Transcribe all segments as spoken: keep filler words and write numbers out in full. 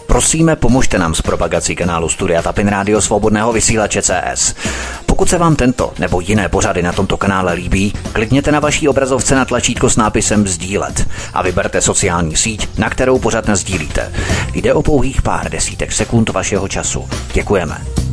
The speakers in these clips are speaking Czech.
Prosíme, pomožte nám s propagací kanálu Studia Tapin Rádio Svobodného vysílače C S. Pokud se vám tento nebo jiné pořady na tomto kanále líbí, klikněte na vaší obrazovce na tlačítko s nápisem sdílet a vyberte sociální síť, na kterou pořad nasdílíte. Jde o pouhých pár desítek sekund vašeho času. Děkujeme.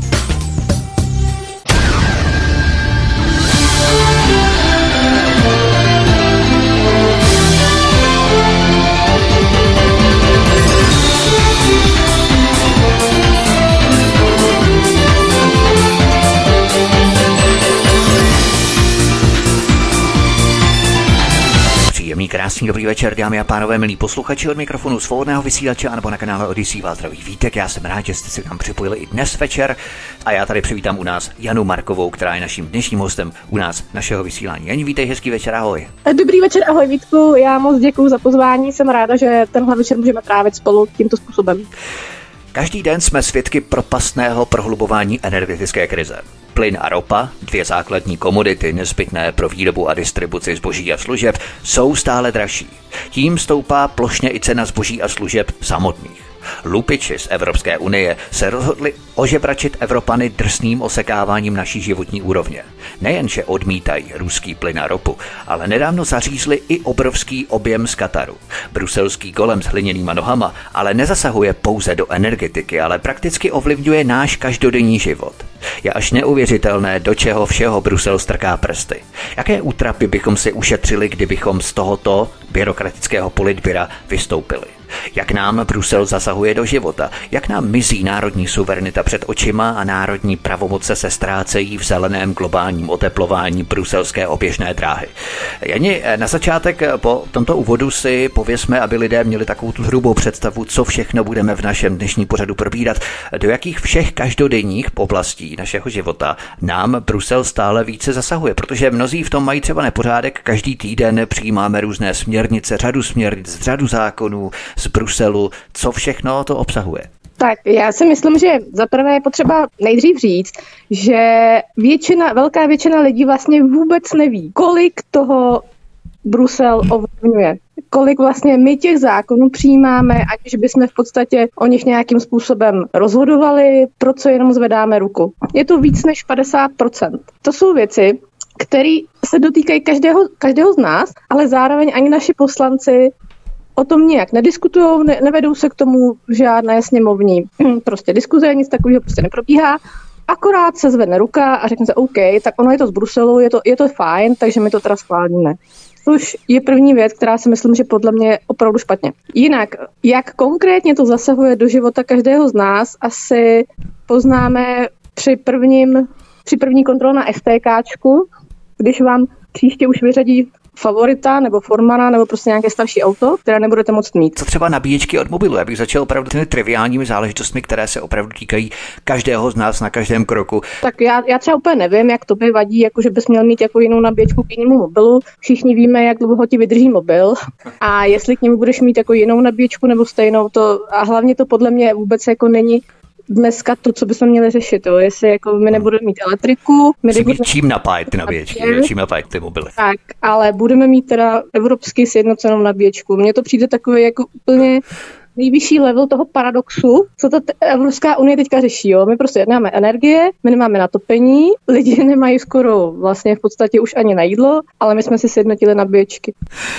Příjemný, krásný, dobrý večer, dámy a pánové, milí posluchači, od mikrofonu Svobodného vysílače anebo na kanále Odyssey vás zdraví Vítek. Já jsem rád, že jste se tam připojili i dnes večer a já tady přivítám u nás Janu Markovou, která je naším dnešním hostem u nás našeho vysílání. Jani, vítej, hezký večer, ahoj. Dobrý večer, ahoj Vítku, já moc děkuju za pozvání, jsem ráda, že tenhle večer můžeme trávit spolu tímto způsobem. Každý den jsme svědky propastného prohlubování energetické krize. Plyn a ropa, dvě základní komodity nezbytné pro výrobu a distribuci zboží a služeb, jsou stále dražší. Tím stoupá plošně i cena zboží a služeb samotných. Lupiči z Evropské unie se rozhodli ožebračit Evropany drsným osekáváním naší životní úrovně. Nejenže odmítají ruský plyn a ropu, ale nedávno zařízli i obrovský objem z Kataru. Bruselský golem s hliněnýma nohama ale nezasahuje pouze do energetiky, ale prakticky ovlivňuje náš každodenní život. Je až neuvěřitelné, do čeho všeho Brusel strká prsty. Jaké útrapy bychom si ušetřili, kdybychom z tohoto byrokratického politbyra vystoupili? Jak nám Brusel zasahuje do života? Jak nám mizí národní suverenita před očima a národní pravomoce se ztrácejí v zeleném globálním oteplování bruselské oběžné dráhy? Jani, na začátek po tomto úvodu si pověsme, aby lidé měli takovou tu hrubou představu, co všechno budeme v našem dnešní pořadu probírat, do jakých všech každodenních oblastí našeho života nám Brusel stále více zasahuje, protože mnozí v tom mají třeba nepořádek, každý týden přijímáme různé směrnice, řadu směrnic, řadu zákonů z Bruselu, co všechno to obsahuje? Tak já si myslím, že zaprvé je potřeba nejdřív říct, že většina, velká většina lidí vlastně vůbec neví, kolik toho Brusel ovlivňuje. Kolik vlastně my těch zákonů přijímáme, aniž bychom v podstatě o nich nějakým způsobem rozhodovali, pro co jenom zvedáme ruku. Je to víc než padesát procent. To jsou věci, které se dotýkají každého, každého z nás, ale zároveň ani naši poslanci o tom nějak nediskutujou, ne, nevedou se k tomu žádné sněmovní prostě diskuze, nic takového prostě neprobíhá. Akorát se zvedne ruka a řekne se OK, tak ono je to z Bruselu, je to, je to fajn, takže my to teda schválíme. Což je první věc, která si myslím, že podle mě je opravdu špatně. Jinak, jak konkrétně to zasahuje do života každého z nás, asi poznáme při, prvním, při první kontrole na STKčku, když vám příště už vyřadí favorita nebo formana nebo prostě nějaké starší auto, které nebudete moct mít. Co třeba nabíječky od mobilu? Já bych začal opravdu těmi triviálními záležitostmi, které se opravdu týkají každého z nás na každém kroku. Tak já, já třeba úplně nevím, jak to by vadí, jako že bys měl mít jako jinou nabíječku k jinému mobilu. Všichni víme, jak dlouho ti vydrží mobil a jestli k němu budeš mít jako jinou nabíječku nebo stejnou, to a hlavně to podle mě vůbec jako není dneska to, co bychom měli řešit, jo. Jestli jako my nebudeme mít elektriku. My nebudeme mít čím napájet ty nabíječky, čím napájet ty mobily. Tak, ale budeme mít teda evropsky sjednocenou nabíječku. Mně to přijde takový jako úplně nejvyšší level toho paradoxu, co ta Evropská unie teďka řeší. Jo. My prostě nemáme energie, my nemáme na topení, lidi nemají skoro vlastně v podstatě už ani na jídlo, ale my jsme si sjednotili nabíječky.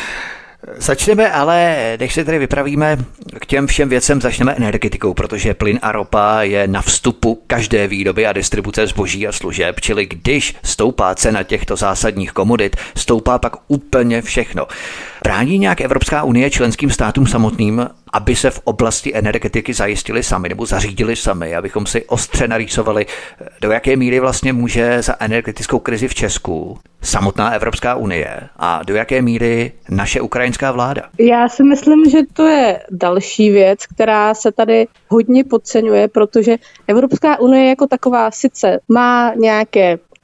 Začneme ale, než se tady vypravíme k těm všem věcem, začneme energetikou, protože plyn a ropa je na vstupu každé výroby a distribuce zboží a služeb, čili když stoupá cena těchto zásadních komodit, stoupá pak úplně všechno. Brání nějak Evropská unie členským státům samotným, aby se v oblasti energetiky zajistili sami nebo zařídili sami, abychom si ostře narýsovali, do jaké míry vlastně může za energetickou krizi v Česku samotná Evropská unie a do jaké míry naše ukrajinská vláda? Já si myslím, že to je další věc, která se tady hodně podceňuje, protože Evropská unie jako taková sice má nějaké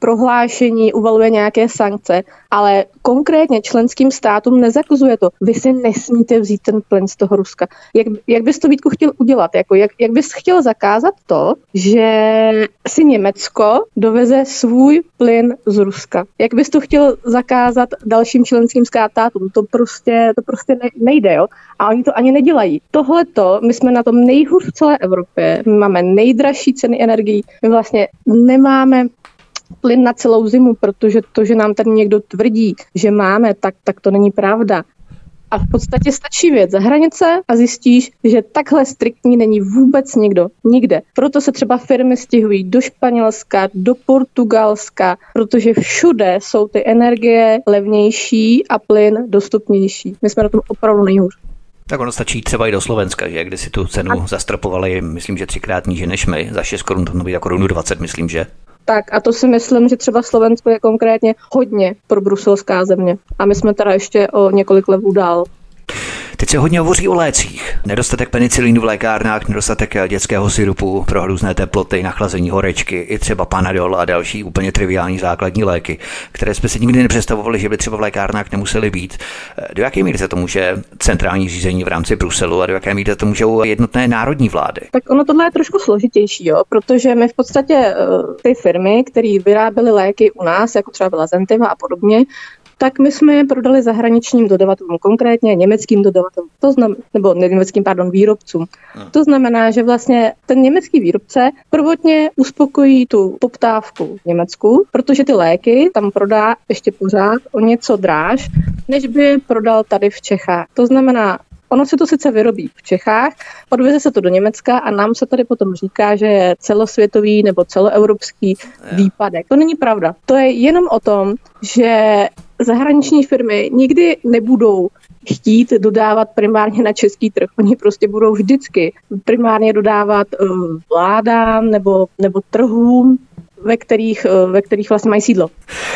prohlášení, uvaluje nějaké sankce, ale konkrétně členským státům nezakazuje to. Vy si nesmíte vzít ten plyn z toho Ruska. Jak, jak bys to, Vítku, chtěl udělat? Jako, jak, jak bys chtěl zakázat to, že si Německo doveze svůj plyn z Ruska? Jak bys to chtěl zakázat dalším členským státům? To prostě, to prostě nejde, jo? A oni to ani nedělají. Tohleto, my jsme na tom nejhůř v celé Evropě, my máme nejdražší ceny energií, my vlastně nemáme plyn na celou zimu, protože to, že nám tady někdo tvrdí, že máme, tak, tak to není pravda. A v podstatě stačí věc za hranice a zjistíš, že takhle striktní není vůbec nikdo, nikde. Proto se třeba firmy stěhují do Španělska, do Portugalska, protože všude jsou ty energie levnější a plyn dostupnější. My jsme na tom opravdu nejhůř. Tak ono stačí třeba i do Slovenska, že kde si tu cenu a... zastropovali, myslím, že třikrát níže než my, za šest korun, to být jako korunu dvacet, myslím, že. Tak a to si myslím, že třeba Slovensko je konkrétně hodně pro bruselská země. A my jsme teda ještě o několik levů dál. Teď se hodně hovoří o lécích. Nedostatek penicilínu v lékárnách, nedostatek dětského sirupu pro různé teploty, nachlazení horečky, i třeba Panadol a další úplně triviální základní léky, které jsme si nikdy nepředstavovali, že by třeba v lékárnách nemusely být. Do jaké míry se to může centrální řízení v rámci Bruselu a do jaké míry to můžou jednotné národní vlády? Tak ono tohle je trošku složitější, jo, protože my v podstatě ty firmy, které vyráběly léky u nás, jako třeba byla Zentiva a podobně, tak my jsme je prodali zahraničním dodavatelům, konkrétně německým dodavatelům, to znamená, nebo německým, pardon, výrobcům. Hmm. To znamená, že vlastně ten německý výrobce prvotně uspokojí tu poptávku v Německu, protože ty léky tam prodá ještě pořád o něco dráž, než by prodal tady v Čechách. To znamená, ono se to sice vyrobí v Čechách, odveze se to do Německa a nám se tady potom říká, že je celosvětový nebo celoevropský výpadek. To není pravda. To je jenom o tom, že zahraniční firmy nikdy nebudou chtít dodávat primárně na český trh. Oni prostě budou vždycky primárně dodávat uh, vládám nebo, nebo trhům, ve kterých, uh, ve kterých vlastně mají sídlo.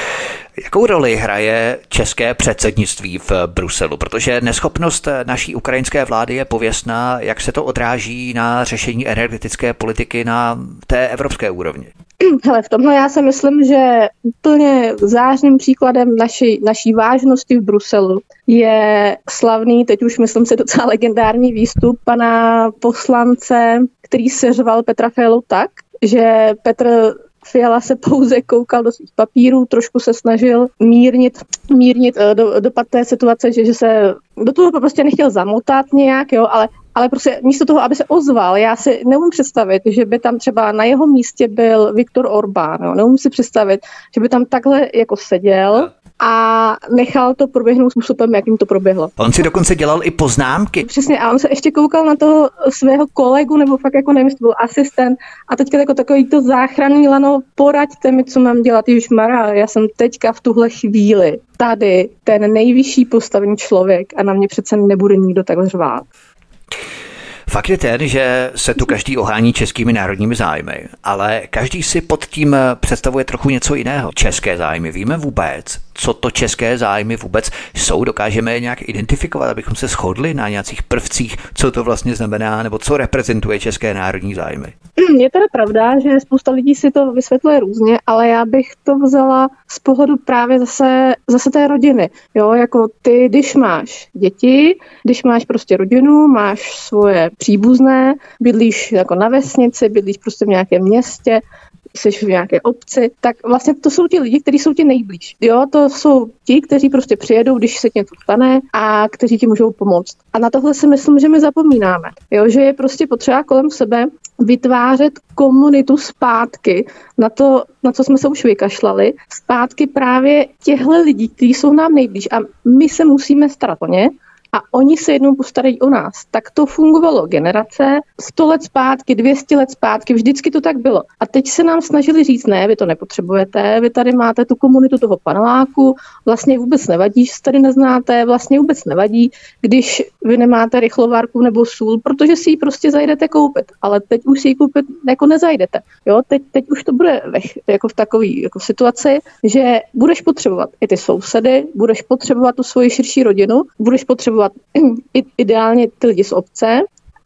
Jakou roli hraje české předsednictví v Bruselu? Protože neschopnost naší ukrajinské vlády je pověstná, jak se to odráží na řešení energetické politiky na té evropské úrovni. Hele, v tomhle já si myslím, že úplně zářným příkladem naší, naší vážnosti v Bruselu je slavný, teď už myslím si docela legendární výstup pana poslance, který seřval Petra Fialu tak, že Petr Fiala se pouze koukal do svých papírů, trošku se snažil mírnit, mírnit do, dopad té situace, že, že se do toho prostě nechtěl zamotat nějak, jo, ale ale prostě místo toho, aby se ozval, já si neumím představit, že by tam třeba na jeho místě byl Viktor Orbán, jo, neumím si představit, že by tam takhle jako seděl a nechal to proběhnout způsobem, jakým to proběhlo. On si dokonce dělal i poznámky. Přesně, a on se ještě koukal na toho svého kolegu, nebo fakt jako nevím, to byl asistent, a teďka jako takový to záchranný lano, poraďte mi, co mám dělat, ježišmarja, já jsem teďka v tuhle chvíli tady ten nejvyšší postavený člověk a na mě přece nebude nikdo takhle řvát. Fakt je ten, že se tu každý ohání českými národními zájmy, ale každý si pod tím představuje trochu něco jiného. České zájmy. Víme vůbec, co to české zájmy vůbec jsou? Dokážeme je nějak identifikovat, abychom se shodli na nějakých prvcích, co to vlastně znamená, nebo co reprezentuje české národní zájmy? Je teda pravda, že spousta lidí si to vysvětluje různě, ale já bych to vzala z pohledu právě zase, zase té rodiny. Jo, jako ty, když máš děti, když máš prostě rodinu, máš svoje příbuzné, bydlíš jako na vesnici, bydlíš prostě v nějakém městě, jsi v nějaké obci, tak vlastně to jsou ti lidi, kteří jsou ti nejblíž. Jo, to jsou ti, kteří prostě přijedou, když se něco stane a kteří ti můžou pomoct. A na tohle si myslím, že my zapomínáme. Jo, že je prostě potřeba kolem sebe vytvářet komunitu zpátky na to, na co jsme se už vykašlali, zpátky právě těchto lidí, kteří jsou nám nejblíž a my se musíme starat o ně. A oni se jednou postarají o nás. Tak to fungovalo generace, sto let zpátky, dvě stě let zpátky, vždycky to tak bylo. A teď se nám snažili říct, ne, vy to nepotřebujete, vy tady máte tu komunitu toho paneláku, vlastně vůbec nevadí, že se tady neznáte, vlastně vůbec nevadí, když vy nemáte rychlovarku nebo sůl, protože si ji prostě zajdete koupit. Ale teď už si ji koupit jako nezajdete. Jo, teď, teď už to bude ve, jako v takové jako situaci, že budeš potřebovat i ty sousedy, budeš potřebovat tu svoji širší rodinu, budeš potřebovat ideálně ty lidi z obce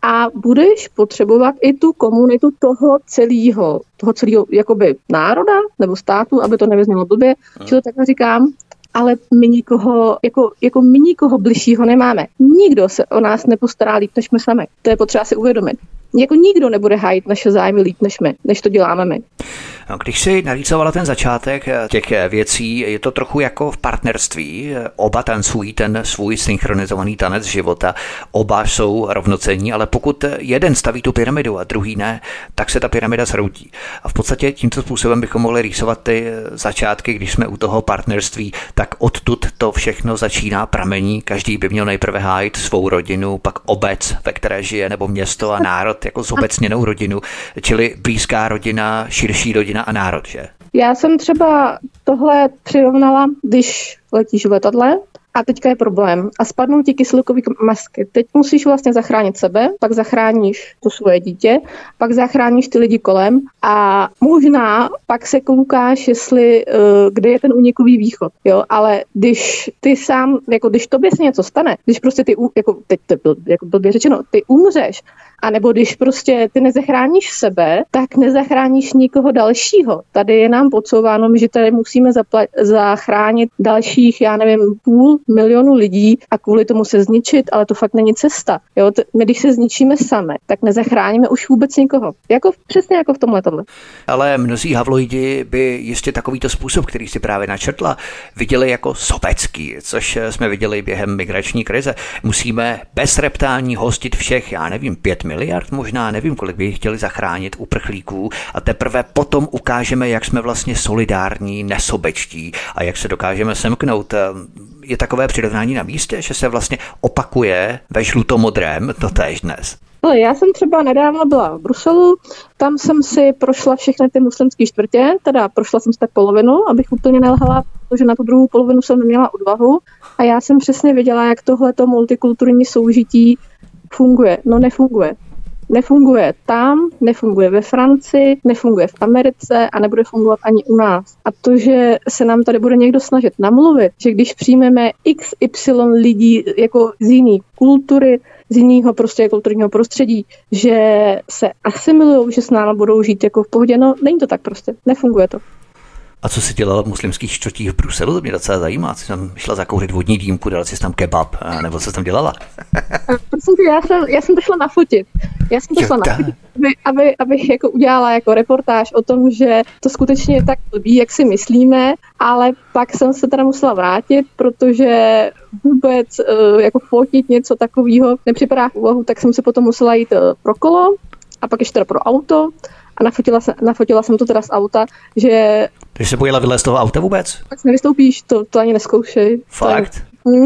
a budeš potřebovat i tu komunitu toho celého, toho celého jakoby národa nebo státu, aby to nevyznělo blbě, že to takhle říkám, ale my nikoho, jako, jako my nikoho bližšího nemáme. Nikdo se o nás nepostará líp než my sami. To je potřeba si uvědomit. Jako nikdo nebude hájit naše zájmy líp než my, než to děláme my. No, když si narýsovala ten začátek těch věcí, je to trochu jako v partnerství. Oba tancují ten svůj synchronizovaný tanec života. Oba jsou rovnocenní, ale pokud jeden staví tu pyramidu a druhý ne, tak se ta pyramida zhroutí. A v podstatě tímto způsobem bychom mohli rýsovat ty začátky, když jsme u toho partnerství, tak odtud to všechno začíná, pramení. Každý by měl nejprve hájit svou rodinu, pak obec, ve které žije, nebo město a národ jako zobecněnou rodinu, čili blízká rodina, širší rodina a národ, že? Já jsem třeba tohle přirovnala, když letíš v letadle a teďka je problém a spadnou ti kyslíkové masky. Teď musíš vlastně zachránit sebe, pak zachráníš to svoje dítě, pak zachráníš ty lidi kolem a možná pak se koukáš, jestli kde je ten únikový východ, jo, ale když ty sám, jako když tobě se něco stane, když prostě ty, jako teď to byl, jako blbě řečeno, ty umřeš, a nebo když prostě ty nezachráníš sebe, tak nezachráníš nikoho dalšího. Tady je nám podsouváno, že tady musíme zapla- zachránit dalších, já nevím, půl milionu lidí a kvůli tomu se zničit, ale to fakt není cesta. Jo? T- my když se zničíme sami, tak nezachráníme už vůbec nikoho. Jako, přesně jako v tom letadle. Ale mnozí havloidi by jistě takovýto způsob, který si právě načrtla, viděli jako sobecký, což jsme viděli během migrační krize. Musíme bez reptání hostit všech, já nevím, pět miliard, možná nevím, kolik by chtěli zachránit uprchlíků a teprve potom ukážeme, jak jsme vlastně solidární, nesobečtí a jak se dokážeme semknout. Je takové přirovnání na místě, že se vlastně opakuje ve žlutomodrém totéž dnes. Ale já jsem třeba nedávno byla v Bruselu, tam jsem si prošla všechny ty muslimské čtvrtě, teda prošla jsem si tak polovinu, abych úplně nelhala, protože na tu druhou polovinu jsem neměla odvahu a já jsem přesně věděla, jak tohleto multikulturní soužití funguje. No nefunguje. Nefunguje tam, nefunguje ve Francii, nefunguje v Americe a nebude fungovat ani u nás. A to, že se nám tady bude někdo snažit namluvit, že když přijmeme iks ypsilon lidí jako z jiné kultury, z jiného prostě kulturního prostředí, že se asimilujou, že s námi budou žít jako v pohodě, no není to tak prostě. Nefunguje to. A co jsi dělala v muslimských čtvrtích v Bruselu? To mě docela zajímá. Jsi tam šla zakouřit vodní dýmku, dala jsi tam kebab, nebo co jsi tam dělala? Prosím tě, já jsem, já jsem to šla nafotit. Já jsem to šla nafotit, aby, aby, abych jako udělala jako reportáž o tom, že to skutečně je tak blbý, jak si myslíme, ale pak jsem se teda musela vrátit, protože vůbec jako fotit něco takového nepřipadá v úvahu, tak jsem se potom musela jít pro kolo a pak ještě teda pro auto. A nafotila jsem, nafotila jsem to teda z auta, že... Ty jsi se bojila vylézt z toho auta vůbec? Tak nevystoupíš, to, to ani neskoušej. Fakt? Hm.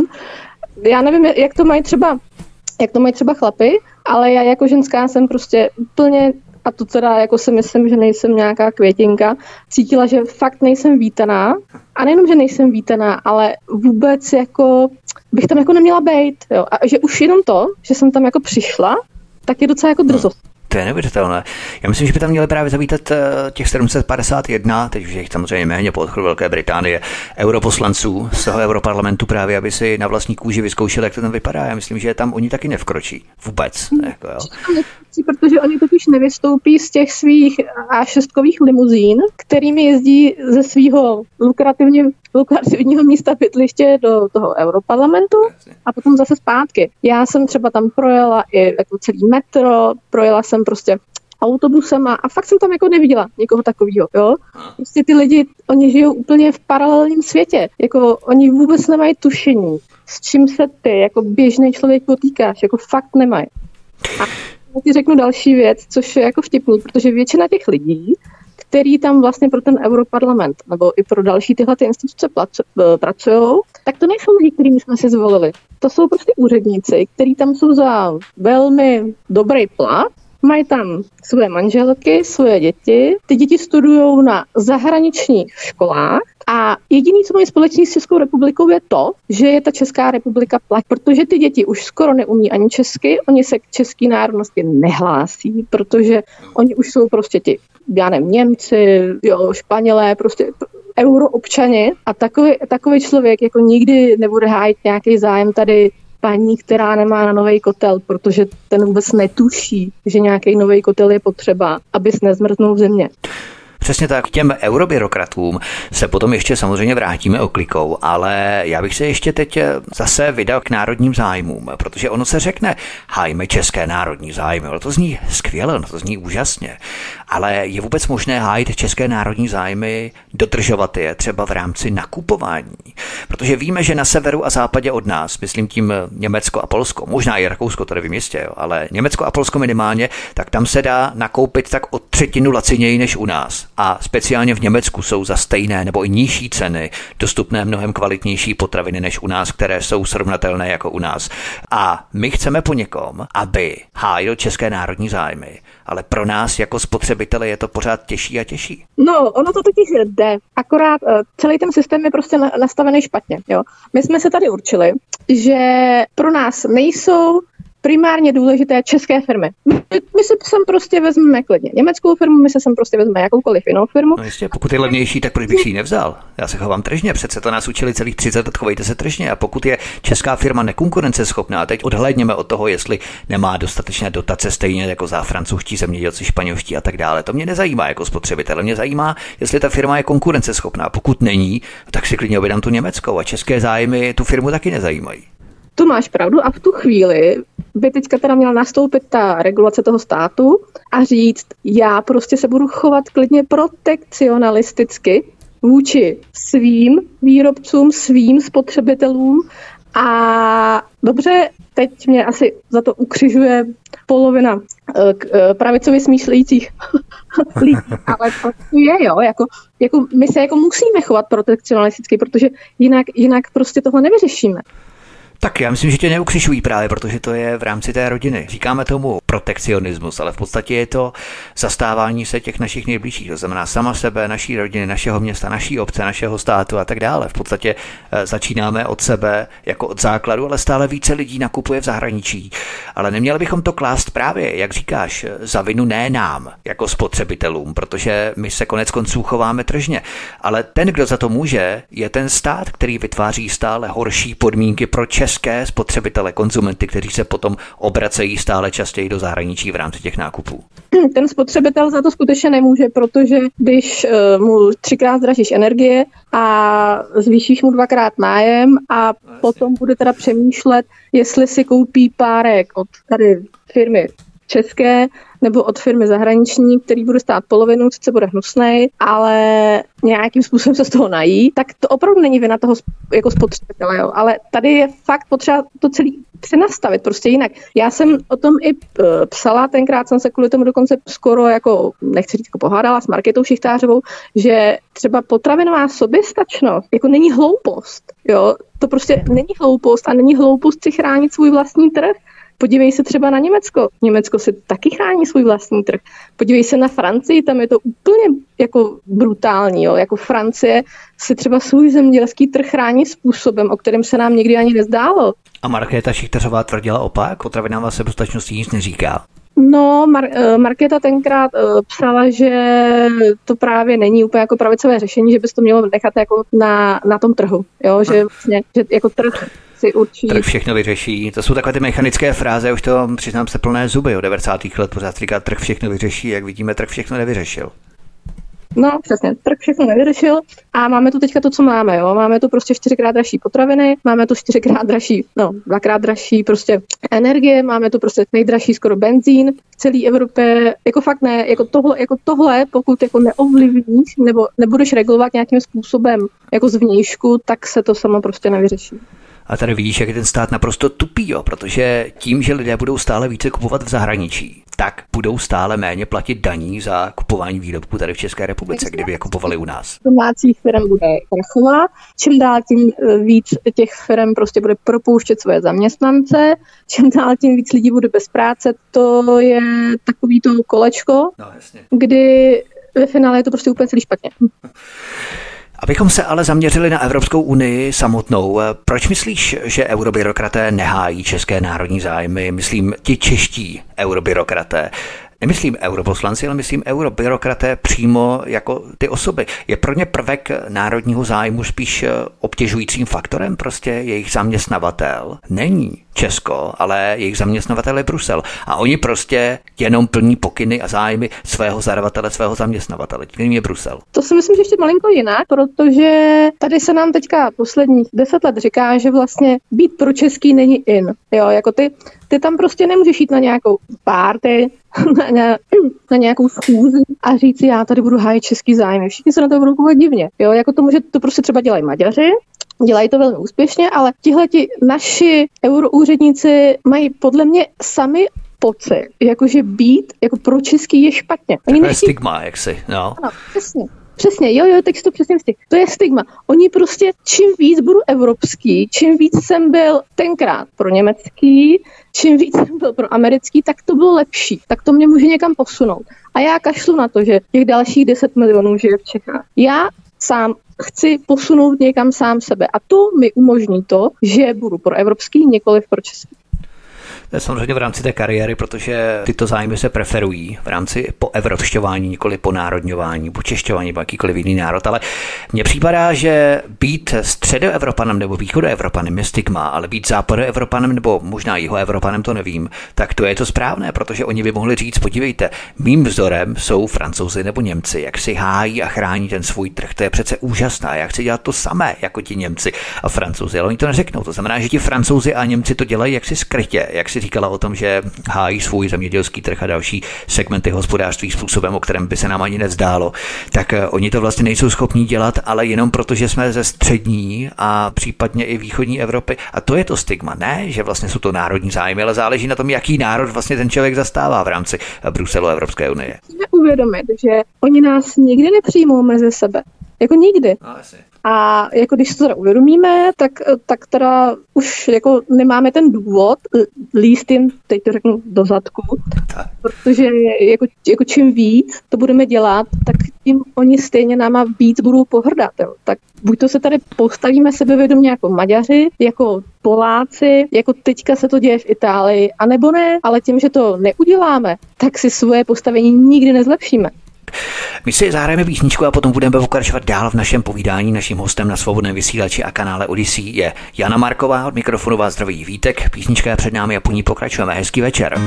Já nevím, jak to mají třeba, jak to mají třeba chlapy, ale já jako ženská jsem prostě úplně, a to teda jako si myslím, že nejsem nějaká květinka, cítila, že fakt nejsem vítaná. A nejenom, že nejsem vítaná, ale vůbec jako bych tam jako neměla bejt. Jo. A že už jenom to, že jsem tam jako přišla, tak je docela jako drzost. To je neuvěřitelné. Já myslím, že by tam měli právě zavítat těch sedm set padesát jedna, teď už je jich samozřejmě méně po odchodu Velké Británie, europoslanců z toho europarlamentu právě, aby si na vlastní kůži vyzkoušeli, jak to tam vypadá. Já myslím, že tam oni taky nevkročí. Vůbec. Hmm. Jako, jo. Protože oni totiž nevystoupí z těch svých á šestkových limuzín, kterými jezdí ze svého lukrativního, lukrativního místa bydliště do toho europarlamentu a potom zase zpátky. Já jsem třeba tam projela i jako celý metro, projela jsem prostě autobusem a, a fakt jsem tam jako neviděla někoho takového, jo. Prostě ty lidi, oni žijou úplně v paralelním světě, jako oni vůbec nemají tušení, s čím se ty jako běžný člověk potýkáš, jako fakt nemají. A já ti řeknu další věc, což je jako vtipný, protože většina těch lidí, který tam vlastně pro ten europarlament nebo i pro další tyhle ty instituce pracují, tak to nejsou lidi, kterými jsme si zvolili. To jsou prostě úředníci, kteří tam jsou za velmi dobrý plat, mají tam své manželky, své děti, ty děti studují na zahraničních školách a jediné, co mají společný s Českou republikou, je to, že je ta Česká republika platí, protože ty děti už skoro neumí ani česky, oni se k české národnosti nehlásí, protože oni už jsou prostě ti, já nevím, Němci, jo, Španělé, prostě euroobčani a takový, takový člověk jako nikdy nebude hájit nějaký zájem tady paní, která nemá na nový kotel, protože ten vůbec netuší, že nějaký nový kotel je potřeba, abys nezmrznul v zimě. Přesně tak, k těm eurobyrokratům se potom ještě samozřejmě vrátíme oklikou, ale já bych se ještě teď zase vydal k národním zájmům, protože ono se řekne, hájme české národní zájmy, ono to zní skvěle, ono to zní úžasně, ale je vůbec možné hájit české národní zájmy, dodržovat je třeba v rámci nakupování, protože víme, že na severu a západě od nás, myslím tím Německo a Polsko, možná i Rakousko, to nevím jistě, jo, ale Německo a Polsko minimálně, tak tam se dá nakoupit tak o třetinu laciněji než u nás. A speciálně v Německu jsou za stejné nebo i nižší ceny dostupné mnohem kvalitnější potraviny než u nás, které jsou srovnatelné jako u nás. A my chceme po někom, aby hájil české národní zájmy, ale pro nás jako spotřebitele je to pořád těžší a těžší. No, ono to totiž jde. Akorát celý ten systém je prostě nastavený špatně. Jo. My jsme se tady určili, že pro nás nejsou primárně důležité české firmy. My, my si sem prostě vezmeme klidně německou firmu, my se sem prostě vezmeme jakoukoliv jinou firmu. No jistě, pokud je levnější, tak proč bych si ji nevzal? Já se chovám tržně, přece to nás učili celých třicet let, chovejte se tržně. A pokud je česká firma nekonkurenceschopná, a teď odhlédněme od toho, jestli nemá dostatečné dotace stejně jako za francouzští zemědělci, španělští a tak dále. To mě nezajímá jako spotřebitele, mě zajímá, jestli ta firma je konkurenceschopná. Pokud není, tak si klidně objednám tu německou a české zájmy tu firmu taky nezajímají. Tu máš pravdu a v tu chvíli by teďka teda měla nastoupit ta regulace toho státu a říct, já prostě se budu chovat klidně protekcionalisticky vůči svým výrobcům, svým spotřebitelům a dobře, teď mě asi za to ukřižuje polovina pravicově smýšlejících lidí, ale to je, jo, jako, jako my se jako musíme chovat protekcionalisticky, protože jinak, jinak prostě tohle nevyřešíme. Tak já myslím, že tě neukřižují právě, protože to je v rámci té rodiny. Říkáme tomu protekcionismus, ale v podstatě je to zastávání se těch našich nejbližších. To znamená sama sebe, naší rodiny, našeho města, naší obce, našeho státu a tak dále. V podstatě začínáme od sebe jako od základu, ale stále více lidí nakupuje v zahraničí. Ale neměli bychom to klást právě, jak říkáš, za vinu ne nám, jako spotřebitelům, protože my se konec konců chováme tržně. Ale ten, kdo za to může, je ten stát, který vytváří stále horší podmínky pro české spotřebitele, konzumenty, kteří se potom obracejí stále častěji do zahraničí v rámci těch nákupů. Ten spotřebitel za to skutečně nemůže, protože když mu třikrát zdražíš energie a zvýšíš mu dvakrát nájem a potom bude teda přemýšlet, jestli si koupí párek od tady firmy české nebo od firmy zahraniční, který bude stát polovinu, sice bude hnusnej, ale nějakým způsobem se z toho nají, tak to opravdu není vina toho jako spotřebitele, jo. Ale tady je fakt potřeba to celý přenastavit, prostě jinak. Já jsem o tom i psala, tenkrát jsem se kvůli tomu dokonce skoro jako, nechci říct, jako pohádala s Markétou Šichtářovou, že třeba potravinová soběstačnost jako není hloupost, jo. To prostě není hloupost a není hloupost si chránit svůj vlastní trh. Podívej se třeba na Německo. Německo si taky chrání svůj vlastní trh. Podívej se na Francii, tam je to úplně jako brutální. Jo. Jako Francie si třeba svůj zemědělský trh chrání způsobem, o kterém se nám nikdy ani nezdálo. A Markéta Šichtářová tvrdila opak? Potravinová sebestačnost nic neříká. No, Mar- Markéta tenkrát uh, psala, že to právě není úplně jako pravicové řešení, že bys to mělo nechat jako na, na tom trhu. Jo, že vlastně, že jako trh si určí. Trh všechno vyřeší. To jsou takové ty mechanické fráze, už to přiznám se plné zuby od devadesátých let. Pořád říká, trh všechno vyřeší, jak vidíme, trh všechno nevyřešil. No, přesně, trh všechno nevyřešil a máme tu teďka to, co máme, jo. Máme tu prostě čtyřikrát dražší potraviny, máme tu čtyřikrát dražší, no, dvakrát dražší prostě energie, máme tu prostě nejdražší skoro benzín v celé Evropě. Jako fakt ne, jako tohle, jako tohle, pokud jako neovlivníš nebo nebudeš regulovat nějakým způsobem jako zvnějšku, tak se to samo prostě nevyřeší. A tady vidíš, jak je ten stát naprosto tupý, jo, protože tím, že lidé budou stále více kupovat v zahraničí, tak budou stále méně platit daní za kupování výrobků tady v České republice, kdyby je kupovali u nás. Domácích firm bude krachovat, čím dál tím víc těch firm prostě bude propouštět svoje zaměstnance, čím dál tím víc lidí bude bez práce, to je takový to kolečko, no, jasně. Kdy ve finále je to prostě úplně celý špatně. Abychom se ale zaměřili na Evropskou unii samotnou, proč myslíš, že eurobyrokraté nehájí české národní zájmy? Myslím ti čeští eurobyrokraté. Nemyslím europoslanci, ale myslím eurobyrokraté přímo jako ty osoby. Je pro ně prvek národního zájmu spíš obtěžujícím faktorem, prostě jejich zaměstnavatel? Není. Česko, ale jejich zaměstnavatel je Brusel. A oni prostě jenom plní pokyny a zájmy svého zadavatele, svého zaměstnavatele. Tím je Brusel. To si myslím, že ještě malinko jinak, protože tady se nám teďka posledních deset let říká, že vlastně být pro český není in. Jo, jako ty, ty tam prostě nemůžeš jít na nějakou party, na, na, na nějakou schůzi a říct si, já tady budu hájit český zájmy. Všichni se na to budou koukat divně. Jo, jako to může, to prostě třeba dělají Maďaři, dělají to velmi úspěšně, ale tihleti naši euroúředníci mají podle mě sami pocit, jakože být jako pro český je špatně. Oni to je stigma, jak si, no. Ano, přesně. Přesně, jo, jo, teď to přesně vstih. To je stigma. Oni prostě, čím víc budu evropský, čím víc jsem byl tenkrát pro německý, čím víc jsem byl pro americký, tak to bylo lepší. Tak to mě může někam posunout. A já kašlu na to, že těch dalších deset milionů žije v Čechách. Já sám chci posunout někam sám sebe. A to mi umožní to, že budu pro evropský, nikoliv pro český. To je samozřejmě v rámci té kariéry, protože tyto zájmy se preferují v rámci poevropšťování, nikoli ponárodňování, počešťování nebo jakýkoliv jiný národ, ale mně připadá, že být středoevropanem nebo východoevropanem je stigma, ale být západoevropanem nebo možná jihoevropanem, to nevím, tak to je to správné, protože oni by mohli říct, podívejte, mým vzorem jsou Francouzi nebo Němci, jak si hájí a chrání ten svůj trh, to je přece úžasné, já chci dělat to samé jako ti Němci a Francouzi, ale oni to neřeknou, to znamená, že ti Francouzi a Němci to dělají jaksi skrytě, jak si říkala o tom, že hájí svůj zemědělský trh a další segmenty hospodářství způsobem, o kterém by se nám ani nezdálo, tak oni to vlastně nejsou schopní dělat, ale jenom proto, že jsme ze střední a případně i východní Evropy. A to je to stigma, ne, že vlastně jsou to národní zájmy, ale záleží na tom, jaký národ vlastně ten člověk zastává v rámci Bruselu a Evropské unie. Musíme uvědomit, že oni nás nikdy nepřijmou mezi sebe. Jako nikdy. No, asi. A jako když se to teda uvědomíme, tak, tak teda už jako nemáme ten důvod líst jim, teď to řeknu, do zadku, tak. Protože jako, jako čím víc to budeme dělat, tak tím oni stejně náma víc budou pohrdat. Jo. Tak buď to se tady postavíme sebevědomě jako Maďaři, jako Poláci, jako teďka se to děje v Itálii, anebo ne, ale tím, že to neuděláme, tak si svoje postavení nikdy nezlepšíme. My si zahrajeme písničku a potom budeme pokračovat dál v našem povídání. Naším hostem na Svobodném vysílači a kanále Odyssey je Jana Marková, od mikrofonu vás zdraví Vítek. Písnička je před námi a po ní pokračujeme. Hezký večer.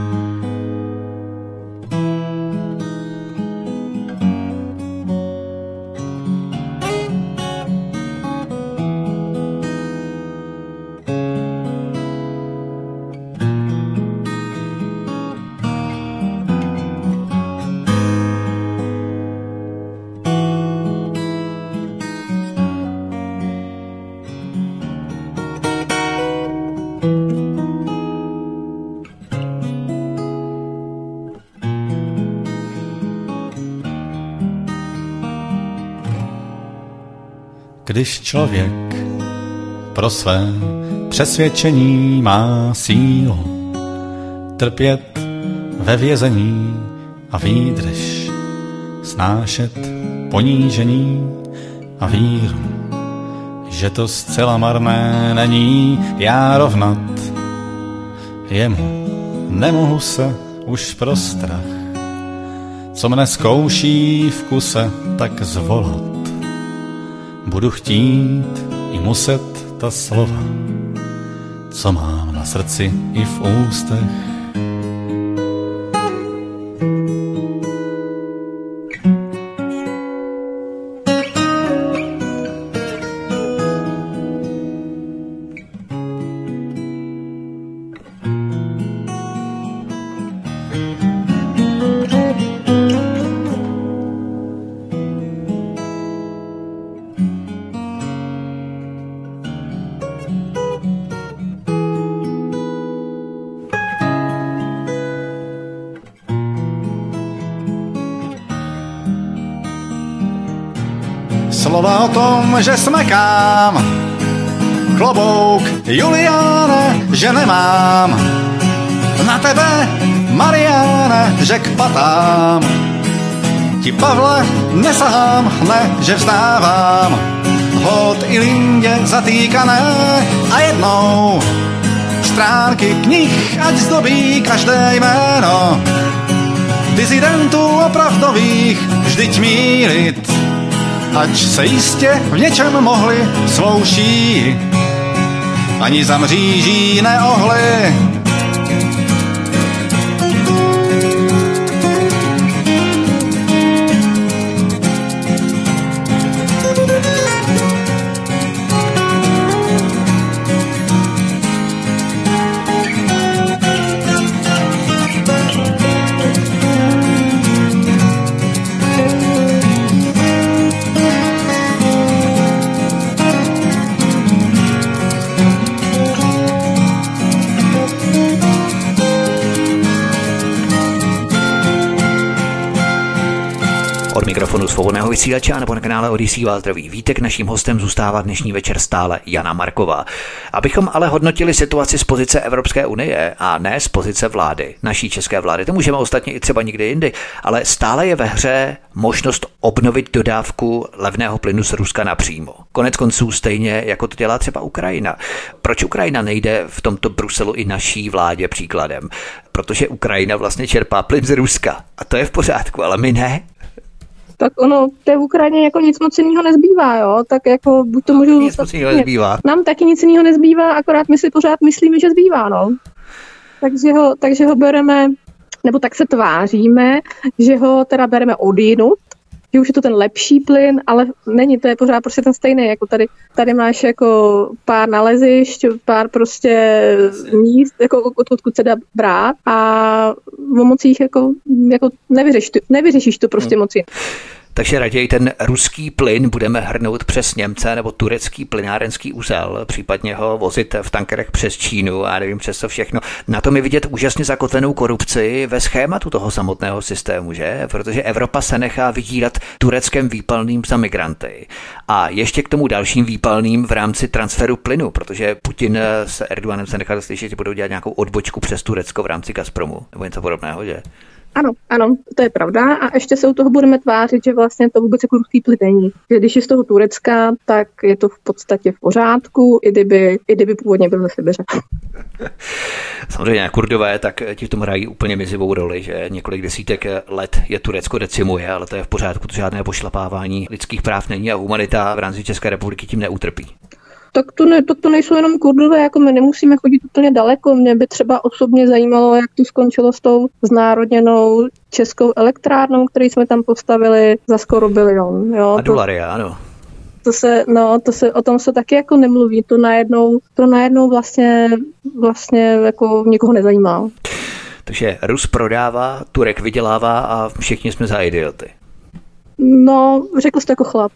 Když člověk pro své přesvědčení má sílu trpět ve vězení a výdrž snášet ponížení a víru, že to zcela marné není, já rovnat jemu nemohu se už pro strach, co mne zkouší v kuse, tak zvolat. Budu chtít i muset ta slova, co mám na srdci i v ústech. Slova o tom, že smekám, klobouk, Juliáne, že nemám. Na tebe, Mariáne, řek patám. Ti, Pavle, nesahám, ne, že vzdávám. Hod i Lindě zatýkané a jednou stránky knih, ať zdobí každé jméno. Dizidentů opravdových vždyť mílit, ať se jistě v něčem mohli svou šíji ani za mříží neohly. Od mikrofonu Svobodného vysílače nebo na kanále Odyssey vás zdraví Vítek. Naším hostem zůstává dnešní večer stále Jana Marková. Abychom ale hodnotili situaci z pozice Evropské unie a ne z pozice vlády, naší české vlády, to můžeme ostatně i třeba někde jindy, ale stále je ve hře možnost obnovit dodávku levného plynu z Ruska napřímo. Konec konců stejně, jako to dělá třeba Ukrajina. Proč Ukrajina nejde v tomto Bruselu i naší vládě příkladem? Protože Ukrajina vlastně čerpá plyn z Ruska a to je v pořádku, ale my ne. Tak ono, té v Ukrajině jako nic moc jiného nezbývá, jo, tak jako buď to můžu... Nic moc jiného nezbývá. Nám taky nic jiného nezbývá, akorát my si pořád myslíme, že zbývá, no. Takže ho, takže ho bereme, nebo tak se tváříme, že ho teda bereme odjinud, že už je to ten lepší plyn, ale není, to je pořád prostě ten stejný, jako tady, tady máš jako pár nalezišť, pár prostě míst, jako odkud se dá brát a o mocích jako, jako nevyřešíš, nevyřešíš to prostě moci. Takže raději ten ruský plyn budeme hrnout přes Němce nebo turecký plynárenský úzel, případně ho vozit v tankerech přes Čínu a nevím přes co všechno. Na tom je vidět úžasně zakotvenou korupci ve schématu toho samotného systému, že? Protože Evropa se nechá vydírat tureckým výpalným za migranty. A ještě k tomu dalším výpalným v rámci transferu plynu, protože Putin s Erdoganem se nechal slyšet, že budou dělat nějakou odbočku přes Turecko v rámci Gazpromu nebo něco podobného, že? Ano, ano, to je pravda a ještě se u toho budeme tvářit, že vlastně to vůbec jako ruský plyn není. Že když je z toho Turecka, tak je to v podstatě v pořádku, i kdyby, i kdyby původně byl ze Sibiře. Samozřejmě Kurdové, tak ti v tom hrají úplně mizivou roli, že několik desítek let je Turecko decimuje, ale to je v pořádku, to žádné pošlapávání lidských práv není a humanita v rámci České republiky tím neutrpí. Tak to, ne, to, to nejsou jenom Kurdové, jako my nemusíme chodit úplně daleko. Mě by třeba osobně zajímalo, jak to skončilo s tou znárodněnou českou elektrárnou, kterou jsme tam postavili za skoro bilion. Jo? A dolary, ano. To se, no, to se, o tom se taky jako nemluví. To najednou, to najednou vlastně, vlastně jako nikoho nezajímá. Takže Rus prodává, Turek vydělává a všichni jsme za idioty. No, řekl jsi to jako chlap.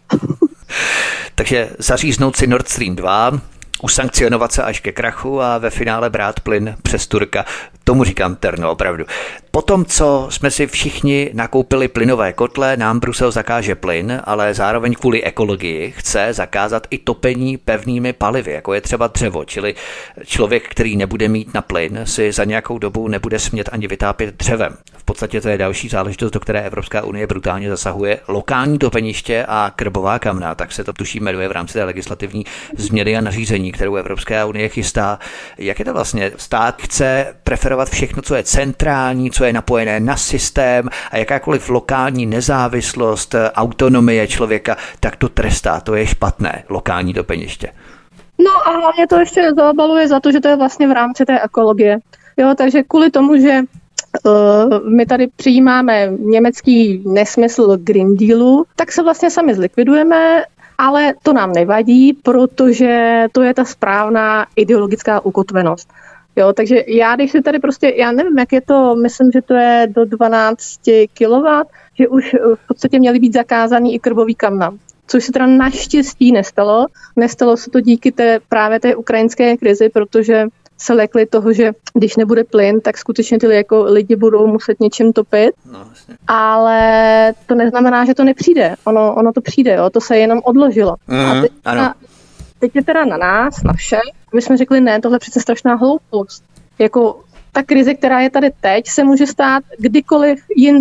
Takže zaříznout si Nord Stream dva, usankcionovat se až ke krachu a ve finále brát plyn přes Turka. Tomu říkám terno, opravdu. Potom, co jsme si všichni nakoupili plynové kotle, nám Brusel zakáže plyn, ale zároveň kvůli ekologii chce zakázat i topení pevnými palivy, jako je třeba dřevo, čili člověk, který nebude mít na plyn, si za nějakou dobu nebude smět ani vytápět dřevem. V podstatě to je další záležitost, do které Evropská unie brutálně zasahuje. Lokální topeniště a krbová kamna, tak se to tuším jmenuje v rámci té legislativní změny a nařízení, kterou Evropská unie chystá. Jak je to vlastně? Stát chce preferovat všechno, co je centrální, co je napojené na systém a jakákoliv lokální nezávislost, autonomie člověka, tak to trestá. To je špatné, lokální topeniště. No a hlavně to ještě zabaluje za to, že to je vlastně v rámci té ekologie. Jo, takže kvůli tomu, že uh, my tady přijímáme německý nesmysl Green Dealu, tak se vlastně sami zlikvidujeme, ale to nám nevadí, protože to je ta správná ideologická ukotvenost. Jo, takže já, když si tady prostě, já nevím, jak je to, myslím, že to je do dvanáct kilowattů, že už v podstatě měly být zakázaný i krbový kamna. Což se teda naštěstí nestalo. Nestalo se to díky té, právě té ukrajinské krizi, protože se lekli toho, že když nebude plyn, tak skutečně ty jako lidi budou muset něčím topit. No, vlastně. Ale to neznamená, že to nepřijde. Ono, ono to přijde, jo? To se jenom odložilo. Mm, a teď, na, teď je teda na nás, na všech. My jsme řekli, ne, tohle je přece strašná hloupost. Jako ta krize, která je tady teď, se může stát kdykoliv jindy.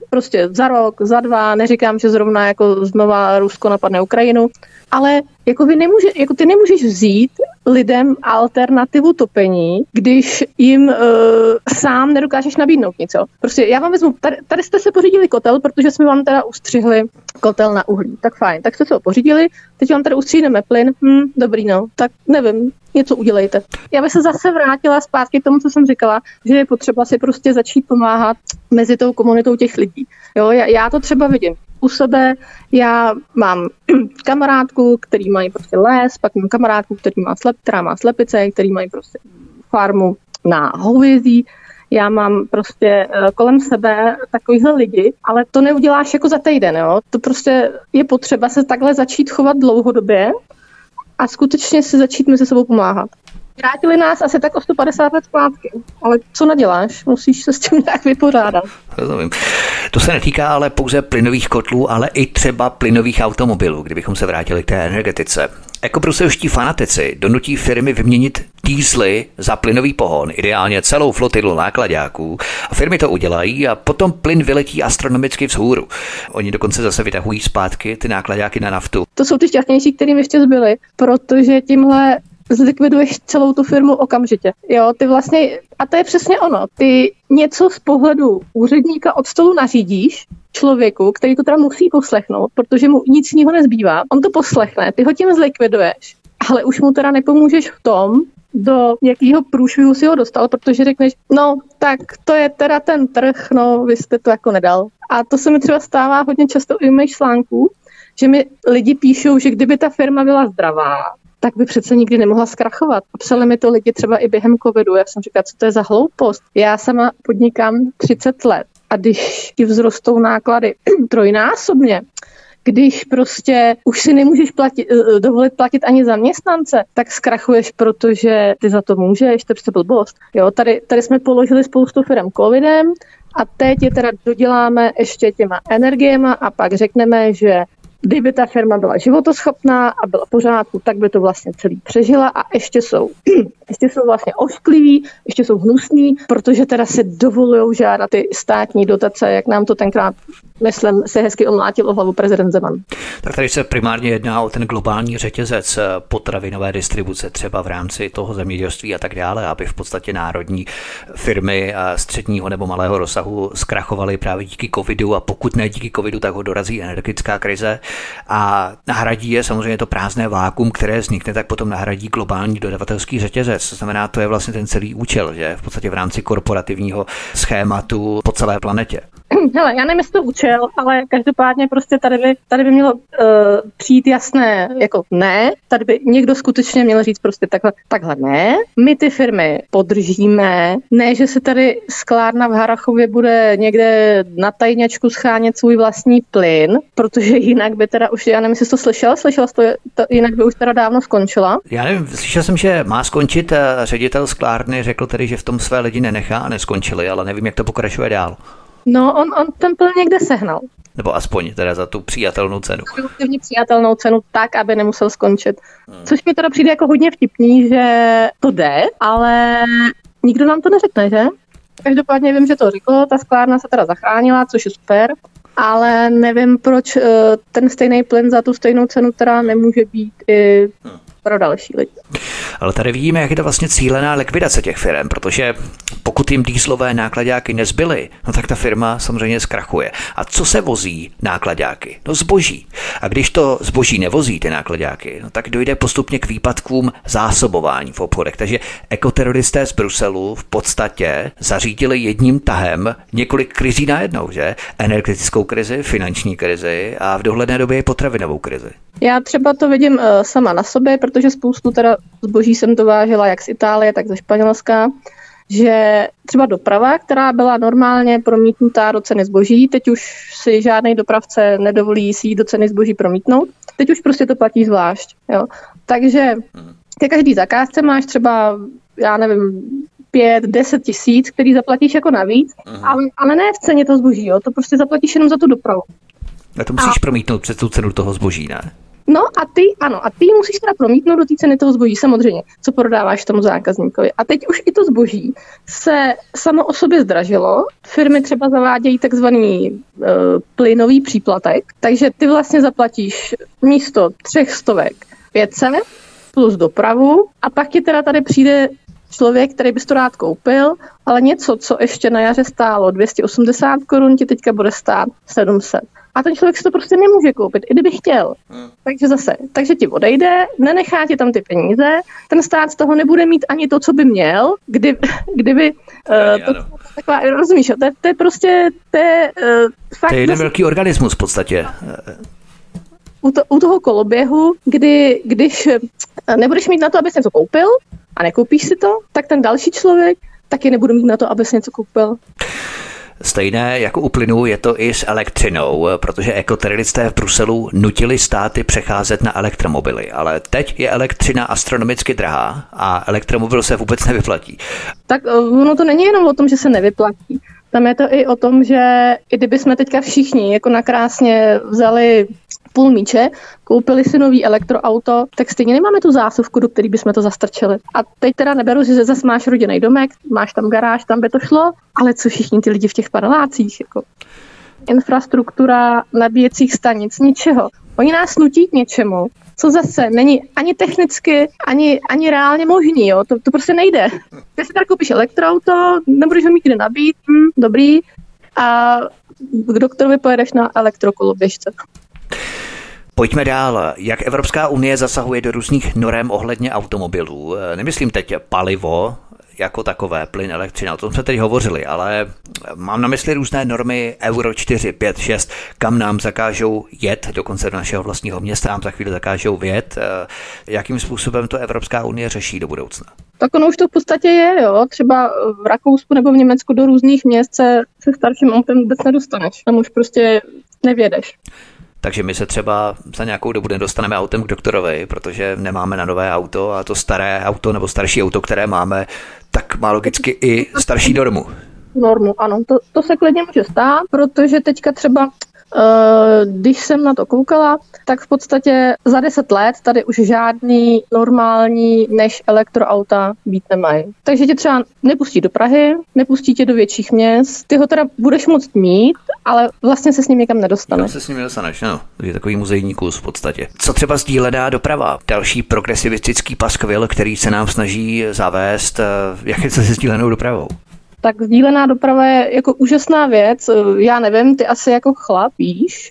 prostě za rok, za dva, neříkám, že zrovna jako znova Rusko napadne Ukrajinu, ale jako, vy nemůže, jako ty nemůžeš vzít lidem alternativu topení, když jim uh, sám nedokážeš nabídnout nic. Jo. Prostě já vám vezmu, tady, tady jste se pořídili kotel, protože jsme vám teda ustřihli kotel na uhlí. Tak fajn, tak jste se ho pořídili, teď vám tady ustříhneme plyn, hm, dobrý no, tak nevím, něco udělejte. Já bych se zase vrátila zpátky k tomu, co jsem říkala, že je potřeba si prostě začít pomáhat mezi tou komunitou těch lidí. Jo, já, já to třeba vidím u sebe, já mám kamarádku, který mají prostě les, pak mám kamarádku, který má slep, která má slepice, který mají prostě farmu na hovězí. Já mám prostě kolem sebe takovýhle lidi, ale to neuděláš jako za týden, jo. To prostě je potřeba se takhle začít chovat dlouhodobě a skutečně si začít mezi sebou pomáhat. Vrátili nás asi tak o sto padesát let zpátky, ale co naděláš? Musíš se s tím tak vypořádat. Rozumím. To se netýká ale pouze plynových kotlů, ale i třeba plynových automobilů, kdybychom se vrátili k té energetice. Ekobruselští fanatici donutí firmy vyměnit diesely za plynový pohon, ideálně celou flotilu nákladáků. A firmy to udělají a potom plyn vyletí astronomicky vzhůru. Oni dokonce zase vytahují zpátky ty nákladáky na naftu. To jsou ty šťastnější, kterým ještě zbyly, protože tímhle zlikviduješ celou tu firmu okamžitě. Jo, ty vlastně, a to je přesně ono, ty něco z pohledu úředníka od stolu nařídíš člověku, který to teda musí poslechnout, protože mu nic jiného nezbývá. On to poslechne, ty ho tím zlikviduješ, ale už mu teda nepomůžeš v tom, do jakého průšvihu si ho dostal, protože řekneš, no tak to je teda ten trh, no vy jste to jako nedal. A to se mi třeba stává hodně často i u mých článků, že mi lidi píšou, že kdyby ta firma byla zdravá, tak by přece nikdy nemohla zkrachovat. A psali mi to lidi třeba i během covidu. Já jsem říkala, co to je za hloupost. Já sama podnikám třicet let a když ti vzrostou náklady trojnásobně, když prostě už si nemůžeš platit, dovolit platit ani zaměstnance, tak zkrachuješ, protože ty za to můžeš, to je prostě blbost. Jo, tady, tady jsme položili spoustu firem covidem a teď je teda doděláme ještě těma energiema a pak řekneme, že kdyby ta firma byla životoschopná a byla v pořádku, tak by to vlastně celý přežila a ještě jsou, ještě jsou vlastně oškliví, ještě jsou hnusní, protože teda se dovolujou žádat ty státní dotace, jak nám to tenkrát, myslím, se hezky omlátil o hlavu prezident Zeman. Tak tady se primárně jedná o ten globální řetězec potravinové distribuce, třeba v rámci toho zemědělství a tak dále, aby v podstatě národní firmy středního nebo malého rozsahu zkrachovaly právě díky covidu a pokud ne díky covidu, tak ho dorazí energetická krize a nahradí je samozřejmě to prázdné vákuum, které vznikne, tak potom nahradí globální dodavatelský řetězec. To znamená, to je vlastně ten celý účel, že v podstatě v rámci korporativního schématu po celé planetě. Hele, já nevím, jestli to účel, ale každopádně prostě tady by, tady by mělo uh, přijít jasné, jako ne, tady by někdo skutečně měl říct prostě takhle, takhle ne, my ty firmy podržíme, ne, že se tady sklárna v Harrachově bude někde na tajňačku schánět svůj vlastní plyn, protože jinak by teda už, já nevím, jestli jsi to slyšel, slyšel jsi to, to, jinak by už teda dávno skončila. Já nevím, slyšel jsem, že má skončit, ředitel sklárny řekl tedy, že v tom své lidi nenechá a neskončili, ale nevím, jak to pokračuje dál. No, on, on ten plyn někde sehnal. Nebo aspoň teda za tu přijatelnou cenu. Relativně přijatelnou cenu tak, aby nemusel skončit. Hmm. Což mi teda přijde jako hodně vtipný, že to jde, ale nikdo nám to neřekne, že? Každopádně vím, že to řeklo, ta sklárna se teda zachránila, což je super, ale nevím, proč ten stejný plyn za tu stejnou cenu teda nemůže být i hmm. pro další lidi. Ale tady vidíme, jak je to vlastně cílená likvidace těch firm, protože pokud jim dieselové nákladáky nezbyly, no tak ta firma samozřejmě zkrachuje. A co se vozí nákladáky? No zboží. A když to zboží nevozí ty nákladáky, no tak dojde postupně k výpadkům zásobování v obchodech. Takže ekoteroristé z Bruselu v podstatě zařídili jedním tahem několik krizí najednou, že? Energetickou krizi, finanční krizi a v dohledné době i potravinovou krizi. Já třeba to vidím uh, sama na sobě, protože spoustu teda zboží jsem dovážela jak z Itálie, tak ze Španělska, že třeba doprava, která byla normálně promítnutá do ceny zboží, teď už si žádný dopravce nedovolí si ji do ceny zboží promítnout, teď už prostě to platí zvlášť. Jo. Takže ke každý zakázce máš třeba, já nevím, pět, deset tisíc, který zaplatíš jako navíc, ale, ale ne v ceně toho zboží, jo. To prostě zaplatíš jenom za tu dopravu. A to musíš a... promítnout přes tu cenu toho zboží, ne? No a ty, ano, a ty musíš teda promítnout do té ceny toho zboží, samozřejmě, co prodáváš tomu zákazníkovi. A teď už i to zboží se samo o sobě zdražilo. Firmy třeba zavádějí takzvaný uh, plynový příplatek, takže ty vlastně zaplatíš místo třech stovek pět set plus dopravu a pak ti teda tady přijde člověk, který bys to rád koupil, ale něco, co ještě na jaře stálo dvě stě osmdesát korun, ti teďka bude stát sedm set. A ten člověk si to prostě nemůže koupit, i kdyby chtěl. Hmm. Takže zase, takže ti odejde, nenechá ti tam ty peníze, ten stát z toho nebude mít ani to, co by měl, kdy, kdyby... Uh, to, taková, rozumíš, to, to je prostě... To je, uh, fakt, to je jeden velký organismus v podstatě. U, to, u toho koloběhu, kdy, když nebudeš mít na to, abys něco koupil a nekoupíš si to, tak ten další člověk taky nebude mít na to, abys něco koupil. Stejné jako u plynu je to i s elektřinou, protože ekoteroristé v Bruselu nutili státy přecházet na elektromobily, ale teď je elektřina astronomicky drahá a elektromobil se vůbec nevyplatí. Tak ono to není jenom o tom, že se nevyplatí. Tam je to i o tom, že i kdyby jsme teďka všichni jako nakrásně vzali půl míče, koupili si nový elektroauto, tak stejně nemáme tu zásuvku, do který bychom to zastrčili. A teď teda neberu, že zase máš rodinný domek, máš tam garáž, tam by to šlo, ale co všichni ty lidi v těch panelácích, jako infrastruktura nabíjecích stanic, ničeho. Oni nás nutí k něčemu, co zase není ani technicky, ani, ani reálně možný, jo? To, to prostě nejde. Ty si tady koupíš elektroauto, nebudeš ho mít kde nabít, hm, dobrý, a k doktorovi pojedeš na elektrokoloběžce. Pojďme dál. Jak Evropská unie zasahuje do různých norem ohledně automobilů? Nemyslím teď palivo jako takové, plyn, elektřina, o tom jsme teď hovořili, ale mám na mysli různé normy Euro čtyři, pět, šest, kam nám zakážou jet, dokonce do našeho vlastního města nám za chvíli zakážou vjet. Jakým způsobem to Evropská unie řeší do budoucna? Tak ono už to v podstatě je, jo. Třeba v Rakousku nebo v Německu do různých měst se, se starším autem vůbec nedostaneš. Tam už prostě nevědeš. Takže my se třeba za nějakou dobu nedostaneme autem k doktorovi, protože nemáme na nové auto a to staré auto nebo starší auto, které máme, tak má logicky i starší normu. Normu, ano. To, to se klidně může stát, protože teďka třeba když jsem na to koukala, tak v podstatě za deset let tady už žádný normální než elektroauta být nemají. Takže tě třeba nepustí do Prahy, nepustí tě do větších měst, ty ho teda budeš moct mít, ale vlastně se s ním někam nedostaneš. Kam se s ním nedostaneš, no. To je takový muzejní kus v podstatě. Co třeba sdílená doprava? Další progresivistický paskvil, který se nám snaží zavést, jak je to se sdílenou dopravou? Tak sdílená doprava je jako úžasná věc. Já nevím, ty asi jako chlap víš,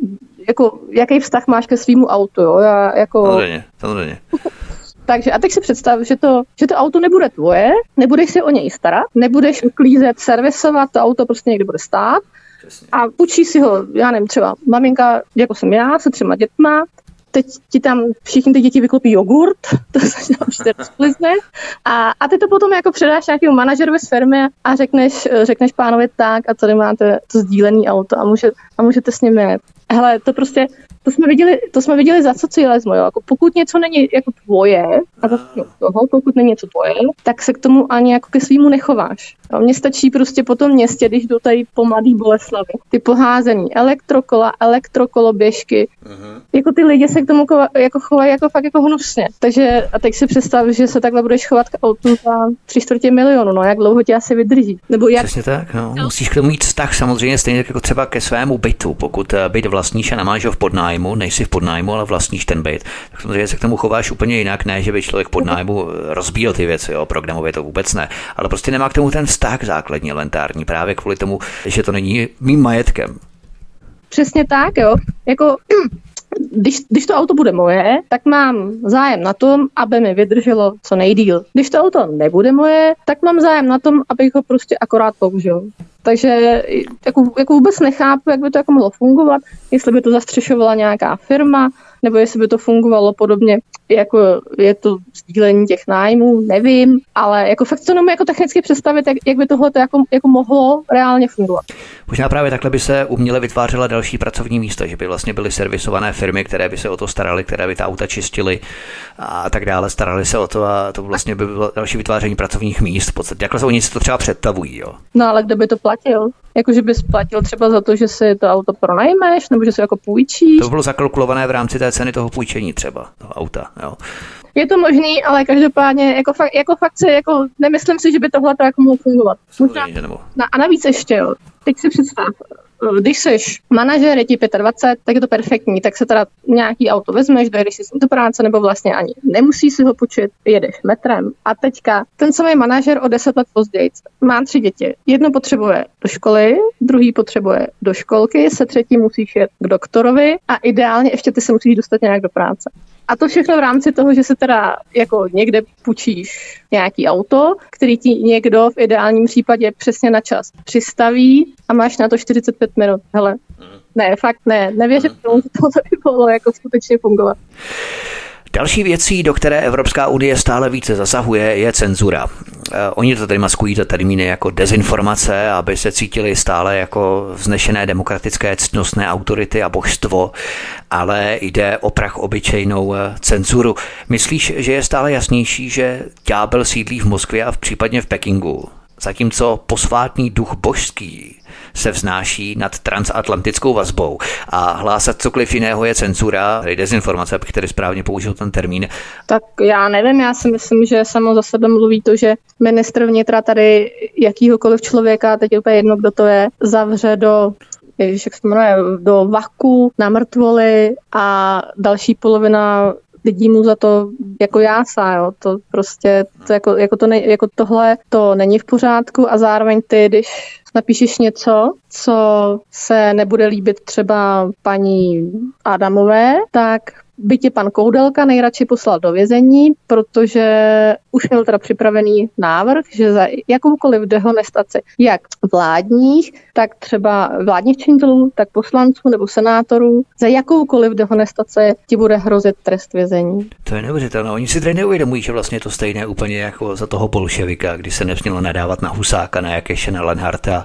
jako jaký vztah máš ke svýmu autu, jo? Já jako... Samozřejmě, samozřejmě. Takže a teď si představ, že to, že to auto nebude tvoje, nebudeš se o něj starat, nebudeš uklízet, servisovat, to auto prostě někde bude stát. Přesně. A půjčí si ho, já nevím, třeba maminka, jako jsem já, se třema dětma, teď ti tam všichni ty děti vyklopí jogurt, to se tam rozplizne a, a ty to potom jako předáš nějakému manažerovi z firmy a řekneš, řekneš pánovi tak a tady máte to sdílený auto a, může, a můžete s ním jet. Hele, to prostě, to jsme viděli, to jsme viděli za socialismu, jo. Jako pokud něco není jako tvoje, a za toho, pokud není něco tvoje, tak se k tomu ani jako ke svýmu nechováš. Jo. Mně stačí prostě po tom městě, když jdu tady po Mladý Boleslavi, ty poházený elektrokola, elektrokoloběžky, uh-huh. Jako ty lidi se k tomu kova, jako chovají jako fakt jako hnusně. Takže a teď si představ, že se takhle budeš chovat k autu za tři čtvrtě milionu, no jak dlouho tě asi vydrží. Nebo jak... Přesně tak, no. Musíš k tomu mít vztah samozřejmě stejně jako třeba ke svému bytu, pokud byt vlastníš a nemáš ho v podnájmu, nejsi v podnájmu, ale vlastníš ten byt, tak samozřejmě se k tomu chováš úplně jinak, ne, že by člověk v podnájmu rozbíjel ty věci, jo, programově to vůbec ne, ale prostě nemá k tomu ten vztah základní elementární, právě kvůli tomu, že to není mým majetkem. Přesně tak, jo, jako Když, když to auto bude moje, tak mám zájem na tom, aby mi vydrželo co nejdýl. Když to auto nebude moje, tak mám zájem na tom, abych ho prostě akorát použil. Takže jako, jako vůbec nechápu, jak by to jako mohlo fungovat, jestli by to zastřešovala nějaká firma, nebo jestli by to fungovalo podobně, jako je to sdílení těch nájmů, nevím, ale jako fakt to nemůžu jako technicky představit, jak, jak by tohle jako, jako mohlo reálně fungovat. Možná právě takhle by se uměle vytvářela další pracovní místa, že by vlastně byly servisované firmy, které by se o to staraly, které by ta auta čistily a tak dále, starali se o to a to vlastně by bylo další vytváření pracovních míst. V podstatě takhle se oni si to třeba představují, jo. No ale kdo by to platil? Jakože bys platil třeba za to, že si to auto pronajmeš, nebo že si jako půjčíš? To by bylo zakalkulované v rámci té ceny toho půjčení třeba, toho auta, jo. Je to možný, ale každopádně jako fakt, jako fakt se, jako nemyslím si, že by tohle to jako mohlo fungovat. Možná, na, a navíc ještě, jo, teď si představ, když seš manažer, je ti dvacet pět, tak je to perfektní, tak se teda nějaký auto vezmeš, dojedeš si s ním do práce, nebo vlastně ani nemusí si ho půjčit, jedeš metrem. A teďka ten samý manažer o deset let později má tři děti. Jedno potřebuje do školy, druhý potřebuje do školky, se třetí musíš jet k doktorovi a ideálně ještě ty se musíš dostat nějak do práce. A to všechno v rámci toho, že se teda jako někde půjčíš nějaký auto, který ti někdo v ideálním případě přesně na čas přistaví a máš na to čtyřicet pět minut. Hele, ne, fakt ne, nevěřím tomu, že to by mohlo jako skutečně fungovat. Další věcí, do které Evropská unie stále více zasahuje, je cenzura. Oni to tady maskují to termíny jako dezinformace, aby se cítili stále jako vznešené demokratické ctnostné autority a božstvo, ale jde o prach obyčejnou cenzuru. Myslíš, že je stále jasnější, že ďábel sídlí v Moskvě a v případně v Pekingu, zatímco posvátný duch božský se vznáší nad transatlantickou vazbou a hlásat cokoliv jiného je cenzura, dezinformace, abych tedy správně použil ten termín. Tak já nevím, já si myslím, že samo za sebe mluví to, že ministr vnitra tady jakýhokoliv člověka, teď je úplně jedno, kdo to je, zavře do ježiš, jak se jmenuje, do vaku, na mrtvoly a další polovina lidí mu za to jako jásá, jo. To prostě, to jako, jako, to ne, jako tohle to není v pořádku a zároveň ty, když napíšeš něco, co se nebude líbit třeba paní Adamové, tak by tě pan Koudelka nejradši poslal do vězení, protože už měl teda připravený návrh, že za jakoukoliv dehonestaci jak vládních, tak třeba vládních činitelů, tak poslanců nebo senátorů, za jakoukoliv dehonestaci ti bude hrozit trest vězení. To je neuvěřitelné. Oni si tady neuvědomují, že vlastně je to stejné úplně jako za toho bolševika, kdy se nesmělo nadávat na Husáka, na Jakeše, na Lenharta,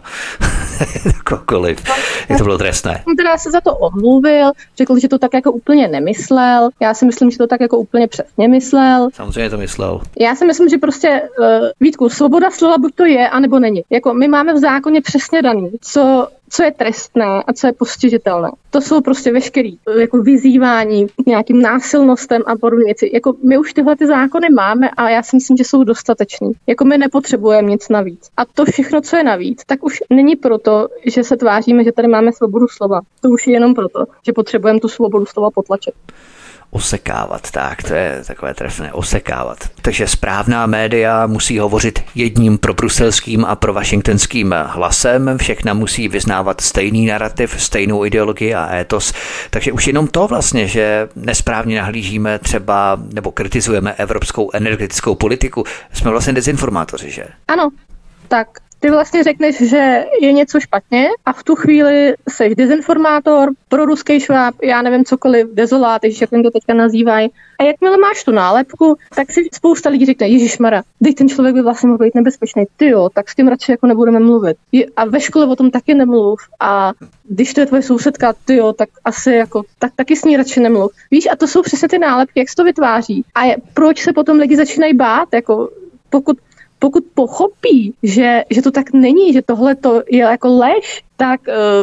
jakokoliv. Je to bylo trestné. On teda se za to omluvil, řekl, že to tak jako úplně nemyslel. Já si myslím, že to tak jako úplně přesně myslel. Samozřejmě to myslel. Já si myslím, že prostě, uh, Vítku, svoboda slova buď to je, anebo není. Jako my máme v zákoně přesně daný, co, co je trestné a co je postižitelné. To jsou prostě veškerý jako vyzývání k nějakým násilnostem a podobné věci. Jako my už tyhle ty zákony máme a já si myslím, že jsou dostatečný. Jako my nepotřebujeme nic navíc. A to všechno, co je navíc, tak už není proto, že se tváříme, že tady máme svobodu slova. To už je jenom proto, že potřebujeme tu svobodu slova potlačit. Osekávat, tak, to je takové trefné, osekávat. Takže správná média musí hovořit jedním probruselským a provashingtonským hlasem, všechna musí vyznávat stejný narrativ, stejnou ideologii a étos. Takže už jenom to vlastně, že nesprávně nahlížíme třeba nebo kritizujeme evropskou energetickou politiku, jsme vlastně dezinformátoři, že? Ano, tak ty vlastně řekneš, že je něco špatně a v tu chvíli seš dezinformátor, proruský šváb, já nevím cokoliv, dezolát, jak jim to teďka nazývají. A jakmile máš tu nálepku, tak si spousta lidí řekne, ježišmarja, teď ten člověk by vlastně mohl být nebezpečný, ty jo, tak s tím radši jako nebudeme mluvit. A ve škole o tom taky nemluv a když to je tvoje sousedka, ty jo, tak asi jako, tak taky s ní radši nemluv. Víš, a to jsou přesně ty nálepky, jak se to vytváří. A je, proč se potom lidi začínají bát, jako pokud Pokud pochopí, že, že to tak není, že tohle to je jako lež, tak,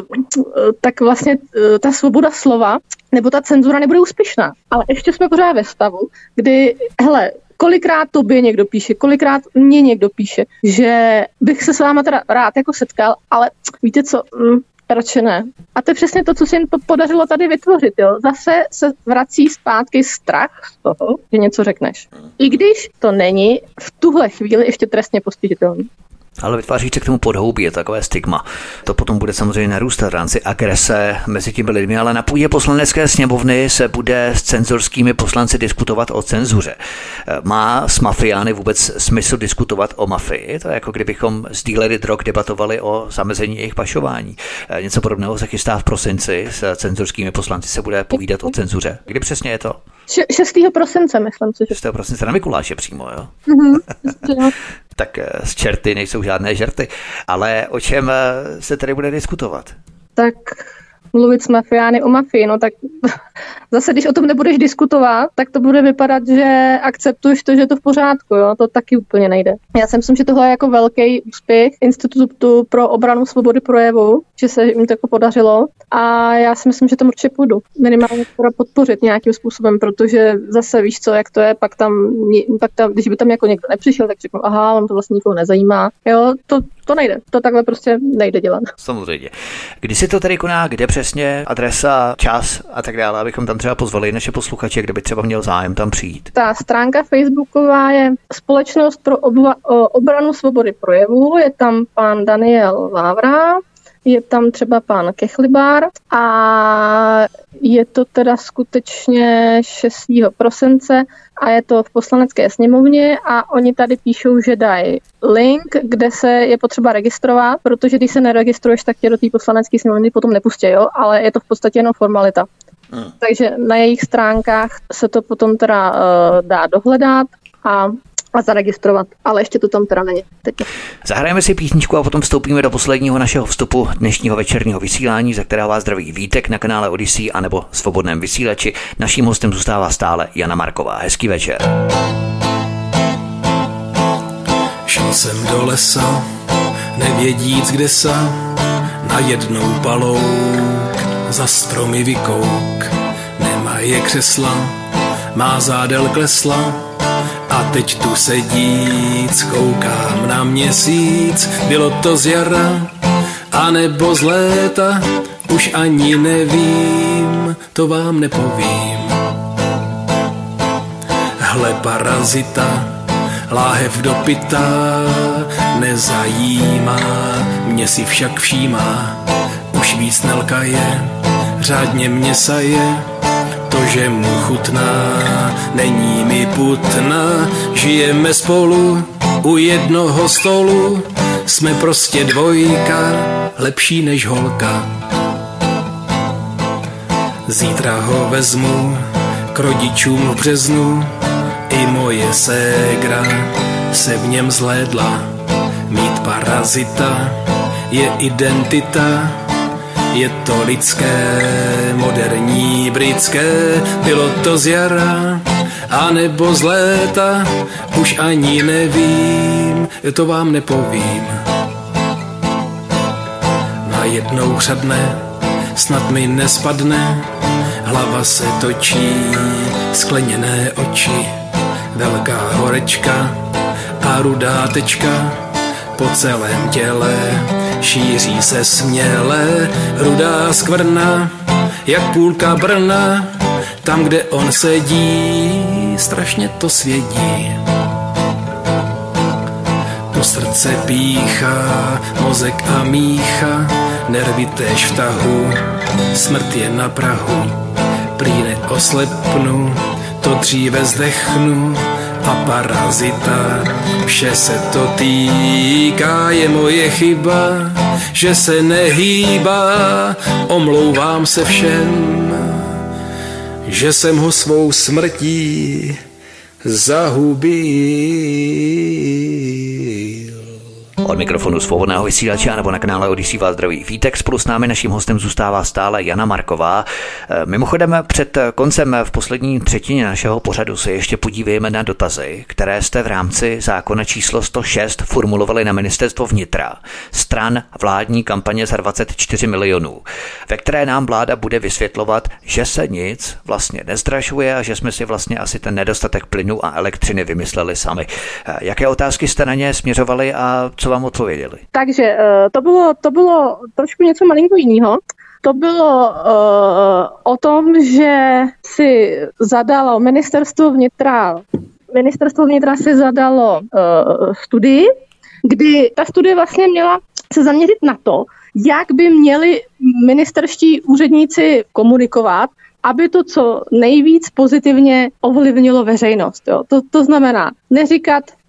tak vlastně ta svoboda slova nebo ta cenzura nebude úspěšná. Ale ještě jsme pořád ve stavu, kdy, hele, kolikrát tobě někdo píše, kolikrát mě někdo píše, že bych se s váma teda rád jako setkal, ale víte co, hm, radši ne. A to je přesně to, co se jim to podařilo tady vytvořit. Jo. Zase se vrací zpátky strach z toho, že něco řekneš. I když to není v tuhle chvíli ještě trestně postižitelný. Ale vytváří se k tomu podhoubí, je to takové stigma. To potom bude samozřejmě narůstat v rámci agrese mezi těmi lidmi, ale na půdě poslanecké sněmovny se bude s cenzorskými poslanci diskutovat o cenzuře. Má s mafiány vůbec smysl diskutovat o mafii? To je jako kdybychom s dílery drog debatovali o zamezení jejich pašování. Něco podobného se chystá v prosinci, s cenzorskými poslanci se bude povídat o cenzuře. Kdy přesně je to? šestého prosince, myslím si. Že... šestého prosince na Mikuláše přímo, jo? Mm-hmm. Tak z čerty nejsou žádné žerty. Ale o čem se tady bude diskutovat? Tak mluvit s mafiány o mafii, no tak zase, když o tom nebudeš diskutovat, tak to bude vypadat, že akceptuješ to, že je to v pořádku, jo, to taky úplně nejde. Já si myslím, že tohle je jako velký úspěch Institutu pro obranu svobody projevu, že se jim to jako podařilo a já si myslím, že tam určitě půjdu. Minimálně teda podpořit nějakým způsobem, protože zase víš co, jak to je, pak tam, pak tam když by tam jako někdo nepřišel, tak řeknu, aha, on to vlastně nikoho nezajímá. Jo, to, to nejde, to takhle prostě nejde dělat. Samozřejmě. Kdy si to tady koná, kde přesně, adresa, čas a tak dále, abychom tam třeba pozvali naše posluchače, kde by třeba měl zájem tam přijít? Ta stránka facebooková je Společnost pro obva, obranu svobody projevu, je tam pan Daniel Vávra, je tam třeba pan Kechlibár a je to teda skutečně šestého prosince a je to v Poslanecké sněmovně a oni tady píšou, že dají link, kde se je potřeba registrovat, protože když se neregistruješ, tak tě do té Poslanecké sněmovny potom nepustí, jo, ale je to v podstatě jenom formalita. Hmm. Takže na jejich stránkách se to potom teda uh, dá dohledat a a zaregistrovat, ale ještě to tam teda není. Teď. Zahrajeme si písničku a potom vstoupíme do posledního našeho vstupu dnešního večerního vysílání, za kterého vás zdraví Vítek na kanále Odyssey anebo Svobodném vysílači. Naším hostem zůstává stále Jana Marková. Hezký večer. Šel jsem do lesa, nevědíc kde se, najednou palouk, za stromy vykouk, nemá je křesla, má zádel klesla, a teď tu sedíc, koukám na měsíc, bylo to z jara, anebo z léta, už ani nevím, to vám nepovím. Hle parazita, láhev do pyta, nezajímá, mě si však všímá, už víc nelkaje, řádně mě saje, to, že mu chutná, není mi putna, žijeme spolu u jednoho stolu, jsme prostě dvojka, lepší než holka. Zítra ho vezmu k rodičům v březnu, i moje ségra se v něm zhlédla, mít parazita je identita, je to lidské, moderní, britské, bylo to z jara, anebo z léta, už ani nevím, to vám nepovím. Najednou chřadne, snad mi nespadne, hlava se točí, skleněné oči, velká horečka a rudá tečka po celém těle, šíří se směle, rudá skvrna, jak půlka Brna, tam, kde on sedí, strašně to svědí. Po srdce píchá, mozek a mícha, nervy též v tahu, smrt je na prahu, prý neoslepnu, to dříve zdechnu, a parazita, vše se to týká, je moje chyba, že se nehýbá, omlouvám se všem, že jsem ho svou smrtí zahubil. Od mikrofonu Svobodného vysílače nebo na kanále Odyssey vás zdraví Vítek. Spolu s námi naším hostem zůstává stále Jana Marková. Mimochodem před koncem v poslední třetině našeho pořadu se ještě podívejme na dotazy, které jste v rámci zákona číslo sto šest formulovali na ministerstvo vnitra stran vládní kampaně za dvacet čtyři milionů, ve které nám vláda bude vysvětlovat, že se nic vlastně nezdražuje a že jsme si vlastně asi ten nedostatek plynu a elektřiny vymysleli sami. Jaké otázky jste na ně směřovali a co vám odpověděli? Takže to bylo, to bylo trošku něco malinko jiného. To bylo uh, o tom, že si zadalo ministerstvo vnitra, ministerstvo vnitra si zadalo uh, studii, kdy ta studie vlastně měla se zaměřit na to, jak by měli ministerští úředníci komunikovat, aby to co nejvíc pozitivně ovlivnilo veřejnost. Jo. To, to znamená neříkat,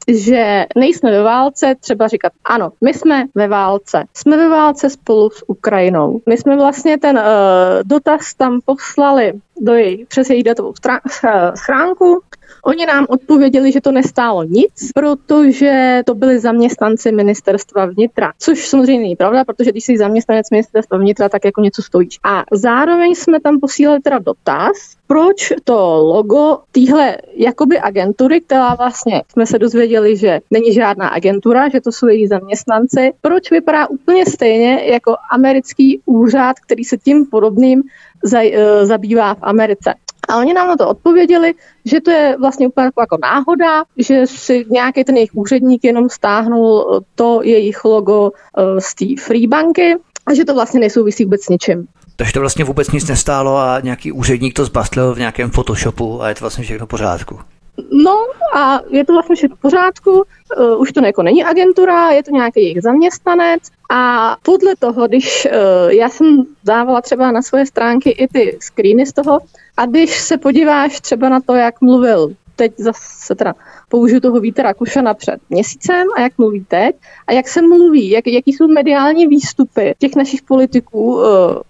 že nejsme ve válce, třeba říkat, ano, my jsme ve válce. Jsme ve válce spolu s Ukrajinou. My jsme vlastně ten uh, dotaz tam poslali do jej, přes její datovou schránku. Oni nám odpověděli, že to nestálo nic, protože to byli zaměstnanci ministerstva vnitra. Což samozřejmě není pravda, protože když jsi zaměstnanec ministerstva vnitra, tak jako něco stojíš. A zároveň jsme tam posílali teda dotaz, proč to logo téhle jakoby agentury, která vlastně jsme se dozvěděli, že není žádná agentura, že to jsou její zaměstnanci, proč vypadá úplně stejně jako americký úřad, který se tím podobným zabývá v Americe. A oni nám na to odpověděli, že to je vlastně úplně jako náhoda, že si nějaký ten jejich úředník jenom stáhnul to jejich logo z té Free banky a že to vlastně nesouvisí vůbec s ničím. Takže to vlastně vůbec nic nestálo a nějaký úředník to zbastlil v nějakém Photoshopu a je to vlastně všechno v pořádku. No a je to vlastně všechno v pořádku, uh, už to jako není agentura, je to nějaký jejich zaměstnanec a podle toho, když uh, já jsem dávala třeba na svoje stránky i ty screeny z toho a když se podíváš třeba na to, jak mluvil teď zase teda použiju toho Víta Rakušana před měsícem a jak mluví teď a jak se mluví, jak, jaký jsou mediální výstupy těch našich politiků uh,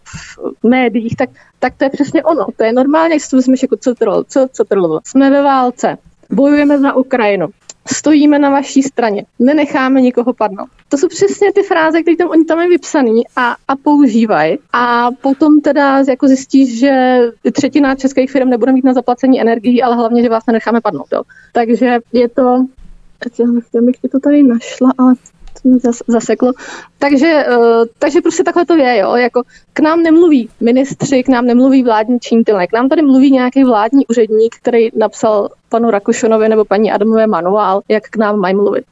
v médiích, tak, tak to je přesně ono. To je normálně, jak si to vezmeš jako co trlo, co, co trlo. Jsme ve válce, bojujeme za Ukrajinu, stojíme na vaší straně, nenecháme nikoho padnout. To jsou přesně ty fráze, které tam oni tam je vypsaný a, a používají. A potom teda jako zjistíš, že třetina českých firm nebude mít na zaplacení energií, ale hlavně, že vás nenecháme padnout. Jo. Takže je to... Já bych to tady našla, ale to mě zaseklo. Takže, uh, takže prostě takhle to je, jo. Jako k nám nemluví ministři, k nám nemluví vládní činitelé, k nám tady mluví nějaký vládní úředník, který napsal panu Rakušanovi nebo paní Adamové manuál, jak k nám mají mluvit.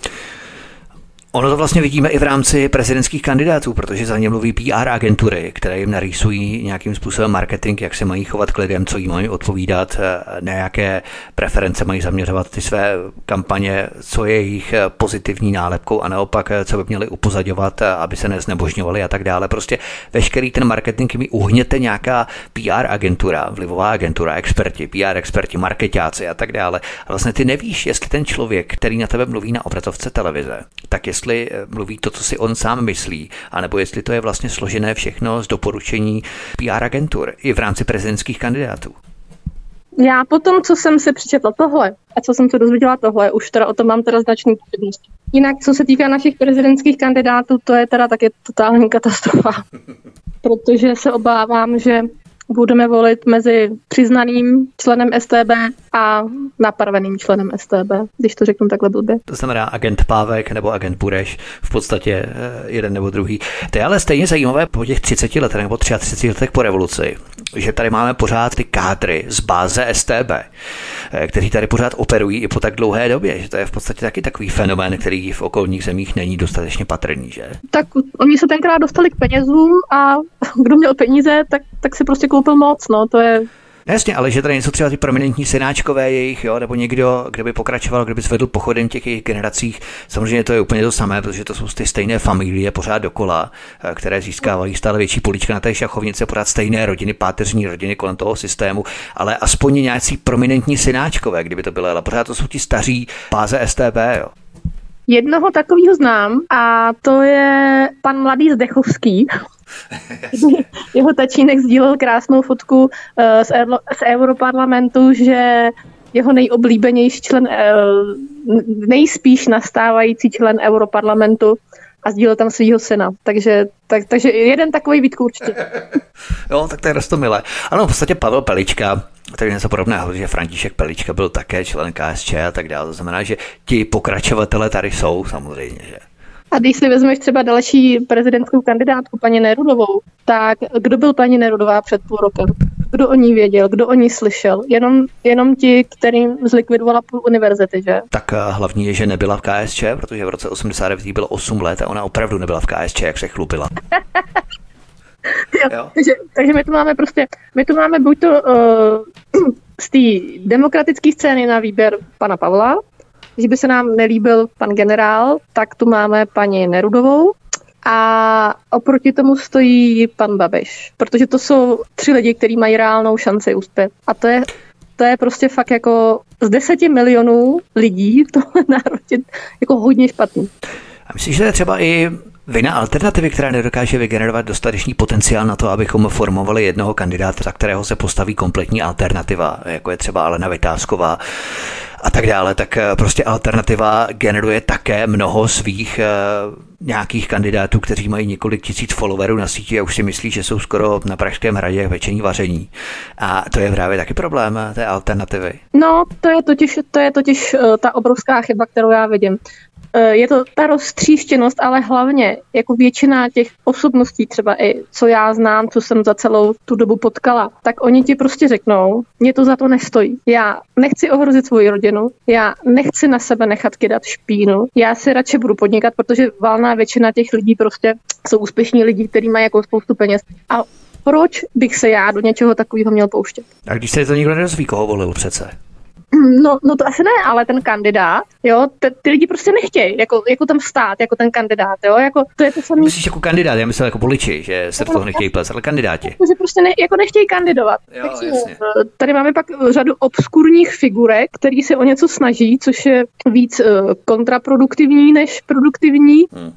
Ono to vlastně vidíme i v rámci prezidentských kandidátů, protože za ně mluví P R agentury, které jim narýsují nějakým způsobem marketing, jak se mají chovat k lidem, co jim mají odpovídat, na jaké preference mají zaměřovat ty své kampaně, co je jejich pozitivní nálepkou a naopak, co by měli upozadňovat, aby se neznebožňovali a tak dále. Prostě veškerý ten marketing mi uhněte nějaká P R agentura, vlivová agentura, experti, P R experti, marketáci a tak dále. A vlastně ty nevíš, jestli ten člověk, který na tebe mluví na obrazovce televize, tak jestli mluví to, co si on sám myslí, anebo jestli to je vlastně složené všechno z doporučení P R agentur i v rámci prezidentských kandidátů. Já potom, co jsem si přečetla tohle a co jsem se dozvěděla tohle, už teda o tom mám teda značný pochybnosti. Jinak, co se týká našich prezidentských kandidátů, to je teda taky totální katastrofa. Protože se obávám, že budeme volit mezi přiznaným členem S T B a napraveným členem S T B, když to řeknu takhle blbě. To znamená agent Pávek nebo agent Bureš, v podstatě jeden nebo druhý. To je ale stejně zajímavé po těch třiceti letech nebo třiceti třech letech po revoluci, že tady máme pořád ty kádry z báze S T B, kteří tady pořád operují i po tak dlouhé době, že to je v podstatě taky takový fenomén, který v okolních zemích není dostatečně patrný, že? Tak oni se tenkrát dostali k penězům a kdo měl peníze, tak, tak si prostě koupil moc, no, to je... Jasně, ale že tady nejsou třeba ty prominentní synáčkové jejich, jo, nebo někdo, kdo by pokračoval, kdo by zvedl pochodem těch jejich generacích. Samozřejmě to je úplně to samé, protože to jsou ty stejné familie pořád dokola, které získávají stále větší políčka na té šachovnice, pořád stejné rodiny, páteřní rodiny kolem toho systému, ale aspoň nějací prominentní synáčkové, kdyby to bylo, ale pořád to jsou ti staří báze S T B, jo. Jednoho takového znám a to je pan Mladý Zdechovský. Jeho tačínek sdílel krásnou fotku uh, z, Euro, z Europarlamentu, že jeho nejoblíbenější člen, uh, nejspíš nastávající člen Europarlamentu a sdílel tam svýho syna. Takže, tak, takže jeden takový Vítku určitě. Jo, tak to je roztomilé. Ano, v podstatě Pavel Pelička, tady něco podobného, že František Pelička byl také člen K S Č a tak dále. To znamená, že ti pokračovatele tady jsou samozřejmě, že? A když si vezmeš třeba další prezidentskou kandidátku, paní Nerudovou, tak kdo byl paní Nerudová před půl rokem? Kdo o ní věděl, kdo o ní slyšel? Jenom, jenom ti, kterým zlikvidovala půl univerzity, že? Tak hlavní je, že nebyla v K S Č, protože v roce osmdesát devět bylo osm let a ona opravdu nebyla v K S Č, jak se chlupila. jo, jo. Takže, takže my tu máme prostě, my tu máme buď to uh, z té demokratické scény na výběr pana Pavla. Když by se nám nelíbil pan generál, tak tu máme paní Nerudovou a oproti tomu stojí pan Babiš, protože to jsou tři lidi, kteří mají reálnou šanci uspět. A to je to je prostě fakt jako z deseti milionů lidí v tomhle národě jako hodně špatný. A myslím, že to je třeba i vina alternativy, která nedokáže vygenerovat dostatečný potenciál na to, abychom formovali jednoho kandidáta, za kterého se postaví kompletní alternativa, jako je třeba Alena Vitásková a tak dále, tak prostě alternativa generuje také mnoho svých uh, nějakých kandidátů, kteří mají několik tisíc followerů na síti a už si myslí, že jsou skoro na Pražském hradě pečení vaření. A to je právě taky problém té alternativy. No, to je totiž, to je totiž uh, ta obrovská chyba, kterou já vidím. Je to ta roztříštěnost, ale hlavně jako většina těch osobností, třeba i co já znám, co jsem za celou tu dobu potkala, tak oni ti prostě řeknou, mě to za to nestojí. Já nechci ohrozit svoji rodinu, já nechci na sebe nechat kydat špínu, já si radši budu podnikat, protože valná většina těch lidí prostě jsou úspěšní lidi, kteří mají jako spoustu peněz. A proč bych se já do něčeho takového měl pouštět? A když se to nikdo nedozví, koho volil přece? No, no to asi ne, ale ten kandidát, jo, ty, ty lidi prostě nechtějí, jako, jako tam stát, jako ten kandidát, jo, jako to je to samé. Myslíš jako kandidát, já myslel jako voliči, že se do toho nechtějí plést, ale kandidáti. Že prostě ne, jako nechtějí kandidovat. Jo, Takže jasně. Tady máme pak řadu obskurních figurek, který se o něco snaží, což je víc uh, kontraproduktivní než produktivní, hmm.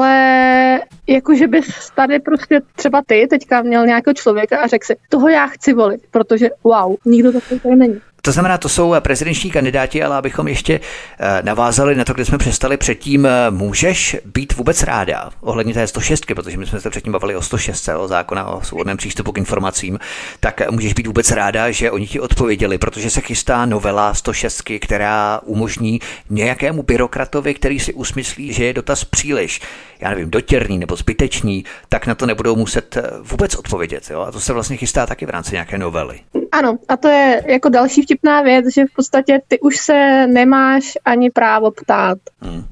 ale jakože bys tady prostě třeba ty teďka měl nějakého člověka a řekl si, toho já chci volit, protože wow, nikdo takový tady není. To znamená, to jsou prezidenční kandidáti, ale abychom ještě navázali na to, kde jsme přestali předtím, můžeš být vůbec ráda ohledně té sto šest, protože my jsme se předtím bavili o sto šest, o zákona o svobodném přístupu k informacím, tak můžeš být vůbec ráda, že oni ti odpověděli, protože se chystá novela sto šest, která umožní nějakému byrokratovi, který si usmyslí, že je dotaz příliš, já nevím, dotěrný nebo zbytečný, tak na to nebudou muset vůbec odpovědět. Jo? A to se vlastně chystá taky v rámci nějaké novely. Ano, a to je jako další vtipná věc, že v podstatě ty už se nemáš ani právo ptát. Hmm.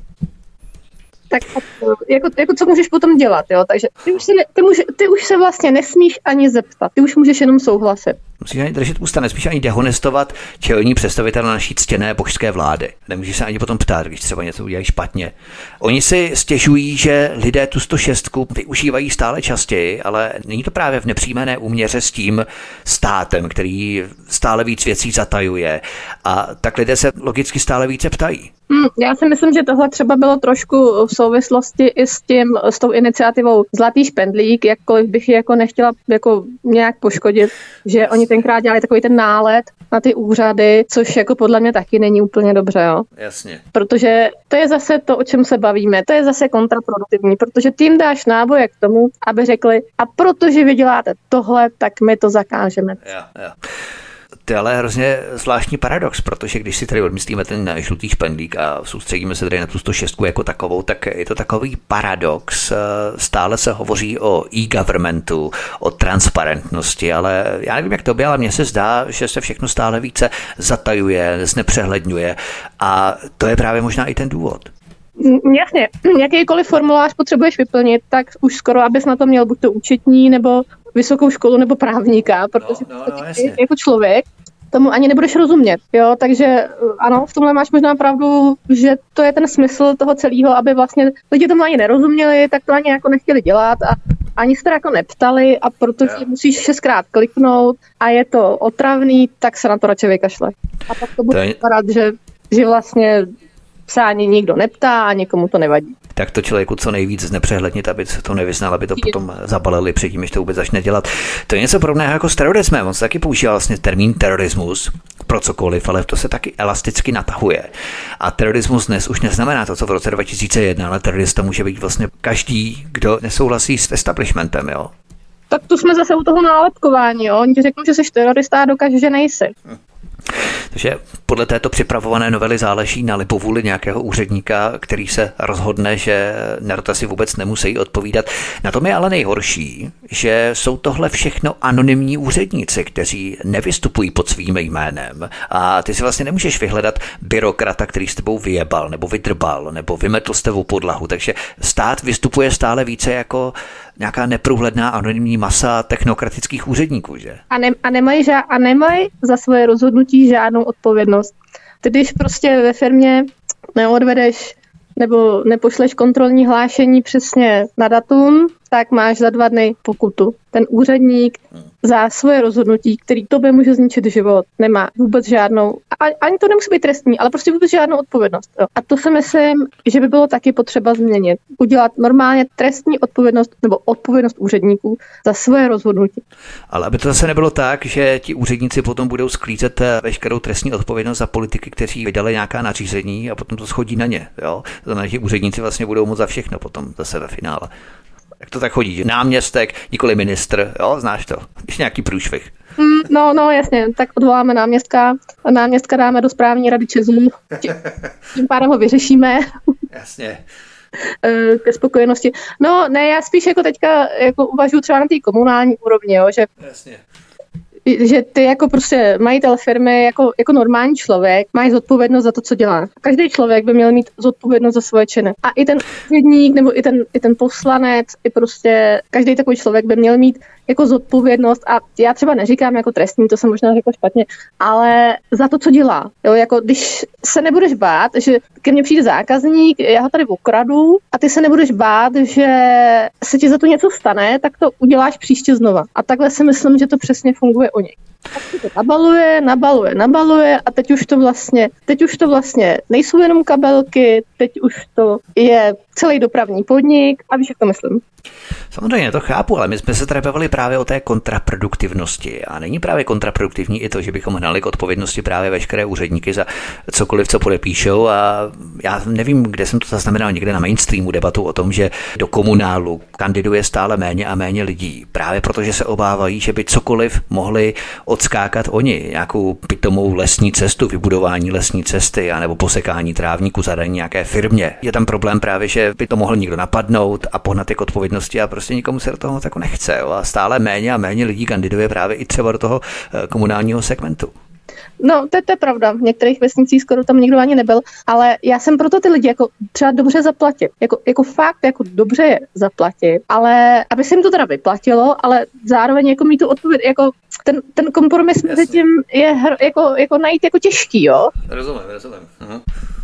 Tak jako, jako co můžeš potom dělat, jo? Takže ty už, se ne, ty, může, ty už se vlastně nesmíš ani zeptat, ty už můžeš jenom souhlasit. Musíš ani držet ústa, nesmíš ani dehonestovat čelní představitel naší ctěné božské vlády. Nemůžeš se ani potom ptát, když třeba něco udělají špatně. Oni si stěžují, že lidé tu sto šest využívají stále častěji, ale není to právě v nepřímé úměře s tím státem, který stále víc věcí zatajuje. A tak lidé se logicky stále více ptají. Hmm, já si myslím, že tohle třeba bylo trošku v souvislosti i s tím, s tou iniciativou Zlatý špendlík, jakkoliv bych ji jako nechtěla jako nějak poškodit, že oni tenkrát dělali takový ten nálet na ty úřady, což jako podle mě taky není úplně dobře, jo. Jasně. Protože to je zase to, o čem se bavíme, to je zase kontraproduktivní, protože ty jim dáš náboje k tomu, aby řekli, a protože vy děláte tohle, tak my to zakážeme. Jo, jo. To je ale hrozně zvláštní paradox, protože když si tady odmyslíme ten žlutý špendlík a soustředíme se tady na tu sto šest jako takovou, tak je to takový paradox. Stále se hovoří o e-governmentu, o transparentnosti, ale já nevím, jak to by, ale mně se zdá, že se všechno stále více zatajuje, znepřehledňuje a to je právě možná i ten důvod. Jasně, jakýkoliv formulář potřebuješ vyplnit, tak už skoro, abys na to měl buď to účetní, nebo vysokou školu, nebo právníka, protože no, no, no, jako člověk tomu ani nebudeš rozumět, jo, takže ano, v tomhle máš možná pravdu, že to je ten smysl toho celého, aby vlastně lidi tomu ani nerozuměli, tak to ani jako nechtěli dělat a ani se to jako neptali a protože yeah. musíš šestkrát kliknout a je to otravný, tak se na to radši vykašle. A pak to bude to je... vypadat, že, že vlastně se ani nikdo neptá a nikomu to nevadí. Tak to člověku co nejvíc znepřehlednit, aby se to nevyznal, aby to potom zabalili předtím, než to vůbec začne dělat. To je něco podobného jako s terorismem. On se taky používá vlastně termín terorismus pro cokoliv, ale to se taky elasticky natahuje. A terorismus dnes už neznamená to, co v roce dva tisíce jedna, ale terorista může být vlastně každý, kdo nesouhlasí s establishmentem, jo. Tak tu jsme zase u toho nálepkování, jo. Oni ti řeknou, že jsi terorista a dokáže, že nejsi. Hm. Takže podle této připravované novely záleží na libovůli nějakého úředníka, který se rozhodne, že na dotazy vůbec nemusí odpovídat. Na tom je ale nejhorší, že jsou tohle všechno anonymní úředníci, kteří nevystupují pod svým jménem. A ty si vlastně nemůžeš vyhledat byrokrata, který s tebou vyjebal, nebo vydrbal, nebo vymetl s tebou podlahu. Takže stát vystupuje stále více jako nějaká neprůhledná anonymní masa technokratických úředníků, že? A, ne, a, nemají ža- a nemají za svoje rozhodnutí žádnou odpovědnost. Ty když prostě ve firmě neodvedeš nebo nepošleš kontrolní hlášení přesně na datum, tak máš za dva dny pokutu. Ten úředník za svoje rozhodnutí, který tobě může zničit život, nemá vůbec žádnou, ani to nemusí být trestní, ale prostě vůbec žádnou odpovědnost. Jo. A to si myslím, že by bylo taky potřeba změnit. Udělat normálně trestní odpovědnost nebo odpovědnost úředníků za svoje rozhodnutí. Ale aby to zase nebylo tak, že ti úředníci potom budou sklízet veškerou trestní odpovědnost za politiky, kteří vydali nějaká nařízení a potom to schodí na ně. Jo. To znamená, že úředníci vlastně budou moct za všechno potom zase ve finále. Jak to tak chodí, že náměstek, nikoli ministr, jo, znáš to, když nějaký průšvih. Mm, no, no, jasně, tak odvoláme náměstka a náměstka dáme do správní rady ČEZu, tím pádem ho vyřešíme. Jasně. Ke spokojenosti. No, ne, já spíš jako teďka jako uvažuji třeba na té komunální úrovni, jo, že Jasně. že ty jako prostě majitel firmy, jako, jako normální člověk, máš zodpovědnost za to, co dělá. Každý člověk by měl mít zodpovědnost za svoje činy. A i ten úředník, nebo i ten, i ten poslanec, i prostě každý takový člověk by měl mít jako zodpovědnost, a já třeba neříkám jako trestní, to jsem možná řekla špatně, ale za to, co dělá. Jo, jako když se nebudeš bát, že ke mně přijde zákazník, já ho tady okradu a ty se nebudeš bát, že se ti za to něco stane, tak to uděláš příště znova. A takhle si myslím, že to přesně funguje u něj. Tak se to nabaluje, nabaluje, nabaluje a teď už to vlastně, teď už to vlastně nejsou jenom kabelky, teď už to je celý dopravní podnik a víš, jak to myslím. Samozřejmě, to chápu, ale my jsme se tady bavili právě o té kontraproduktivnosti. A není právě kontraproduktivní i to, že bychom hnali k odpovědnosti právě veškeré úředníky za cokoliv, co podepíšou. A já nevím, kde jsem to zaznamenal, někde na mainstreamu debatu o tom, že do komunálu kandiduje stále méně a méně lidí. Právě protože se obávají, že by cokoliv mohli odskákat oni. Nějakou pitomou lesní cestu, vybudování lesní cesty, anebo posekání trávníku, zadání nějaké firmě. Je tam problém právě, že by to mohl někdo napadnout a pohnat jako odpovědnosti a prostě nikomu se do toho tak nechce. Jo? A stále méně a méně lidí kandiduje právě i třeba do toho komunálního segmentu. No, to, to je pravda. V některých vesnicích skoro tam nikdo ani nebyl, ale já jsem proto ty lidi jako třeba dobře zaplatit. Jako, jako fakt, jako dobře je zaplatit, ale aby se jim to teda vyplatilo, ale zároveň jako mít tu odpověď, jako ten, ten kompromis mezi tím je hr, jako, jako najít jako těžký, jo? Rozumím, rozumím. Aha.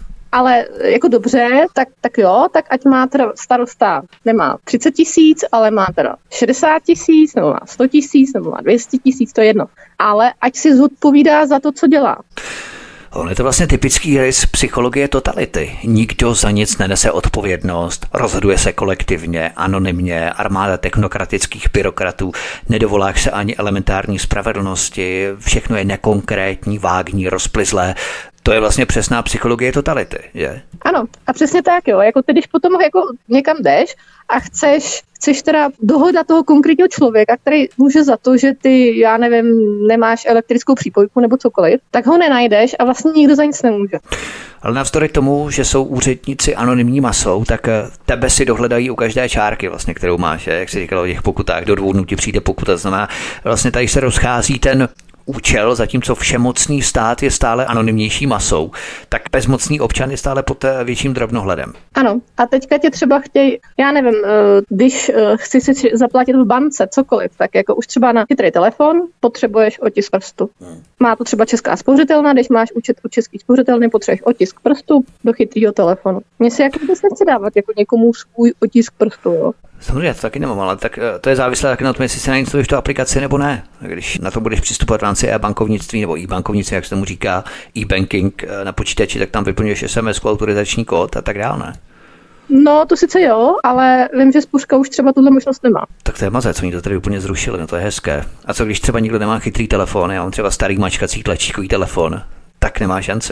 Ale jako dobře, tak, tak jo, tak ať má teda starosta, nemá třicet tisíc, ale má teda šedesát tisíc, nebo má sto tisíc, nebo má dvě stě tisíc, to je jedno. Ale ať si zodpovídá za to, co dělá. On je to vlastně typický rys psychologie totality. Nikdo za nic nenese odpovědnost, rozhoduje se kolektivně, anonymně, armáda technokratických byrokratů, nedovoláš se ani elementární spravedlnosti, všechno je nekonkrétní, vágní, rozplizlé. To je vlastně přesná psychologie totality, je? Ano, a přesně tak, jo. Jako ty, když potom jako někam jdeš a chceš, chceš teda dohodat toho konkrétního člověka, který může za to, že ty, já nevím, nemáš elektrickou přípojku nebo cokoliv, tak ho nenajdeš a vlastně nikdo za nic nemůže. Ale navzdory tomu, že jsou úředníci anonymní masou, tak tebe si dohledají u každé čárky, vlastně, kterou máš, jak jsi říkal o těch pokutách, do dvou dnů ti přijde pokuta, znamená, vlastně tady se rozchází ten účel, zatímco všemocný stát je stále anonymnější masou, tak bezmocný občan je stále pod větším drobnohledem. Ano, a teďka tě třeba chtějí, já nevím, když chci si zaplatit v bance cokoliv, tak jako už třeba na chytrý telefon potřebuješ otisk prstu. Hmm. Má to třeba Česká spořitelna, když máš účet u Český spořitelny, potřebuješ otisk prstu do chytrýho telefonu. Mně se jako vůbec nechce dávat jako někomu svůj otisk prstu, jo. Samozřejmě, to taky nemám, ale tak to je závislé taky na tom, jestli se nainstaluješ tu aplikaci nebo ne. Když na to budeš přistupovat v rámci e-bankovnictví nebo e-bankovnictví, jak se tomu říká, e-banking na počítači, tak tam vyplňuješ es em es, autorizační kód a tak dále, ne? No, to sice jo, ale vím, že Spuřka už třeba tuhle možnost nemá. Tak to je mazec, oni to tady úplně zrušili, no to je hezké. A co když třeba nikdo nemá chytrý telefon, já mám třeba starý mačkací tlačíkový telefon, tak nemá šanci.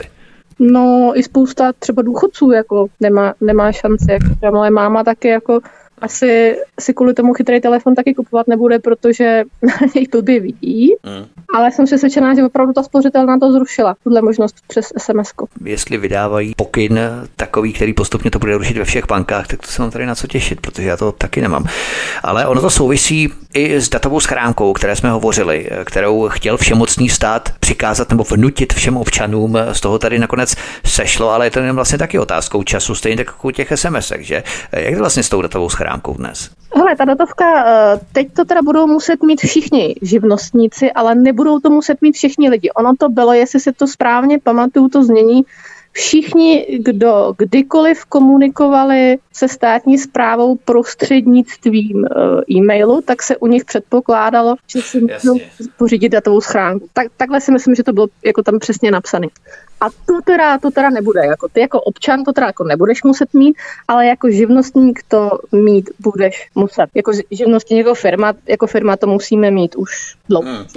No, i spousta třeba důchodců jako nemá, nemá šanci, jako třeba moje máma taky jako asi si kvůli tomu chytrý telefon taky kupovat nebude, protože na něj blbě vidí, mm. ale jsem přesvědčená, že opravdu ta spořitelná to zrušila, tuhle možnost přes es em esku. Jestli vydávají pokyn takový, který postupně to bude rušit ve všech bankách, tak to se mám tady na co těšit, protože já to taky nemám. Ale ono to souvisí i s datovou schránkou, o které jsme hovořili, kterou chtěl všemocný stát přikázat nebo vnutit všem občanům. Z toho tady nakonec sešlo, ale je to vlastně taky otázkou času, stejně tak jako u těch es em esek, že? Jak to vlastně s tou datovou schránkou dnes? Hele, ta datovka, teď to teda budou muset mít všichni živnostníci, ale nebudou to muset mít všichni lidi. Ono to bylo, jestli si to správně pamatuju, to znění, všichni, kdo kdykoliv komunikovali se státní správou prostřednictvím uh, e-mailu, tak se u nich předpokládalo, že si můžou pořídit datovou schránku. Tak, takhle si myslím, že to bylo jako tam přesně napsané. A to teda, to teda nebude. Jako ty jako občan to teda jako nebudeš muset mít, ale jako živnostník to mít budeš muset. Jako živnostník, jako firma, jako firma to musíme mít už dlouho. Hmm.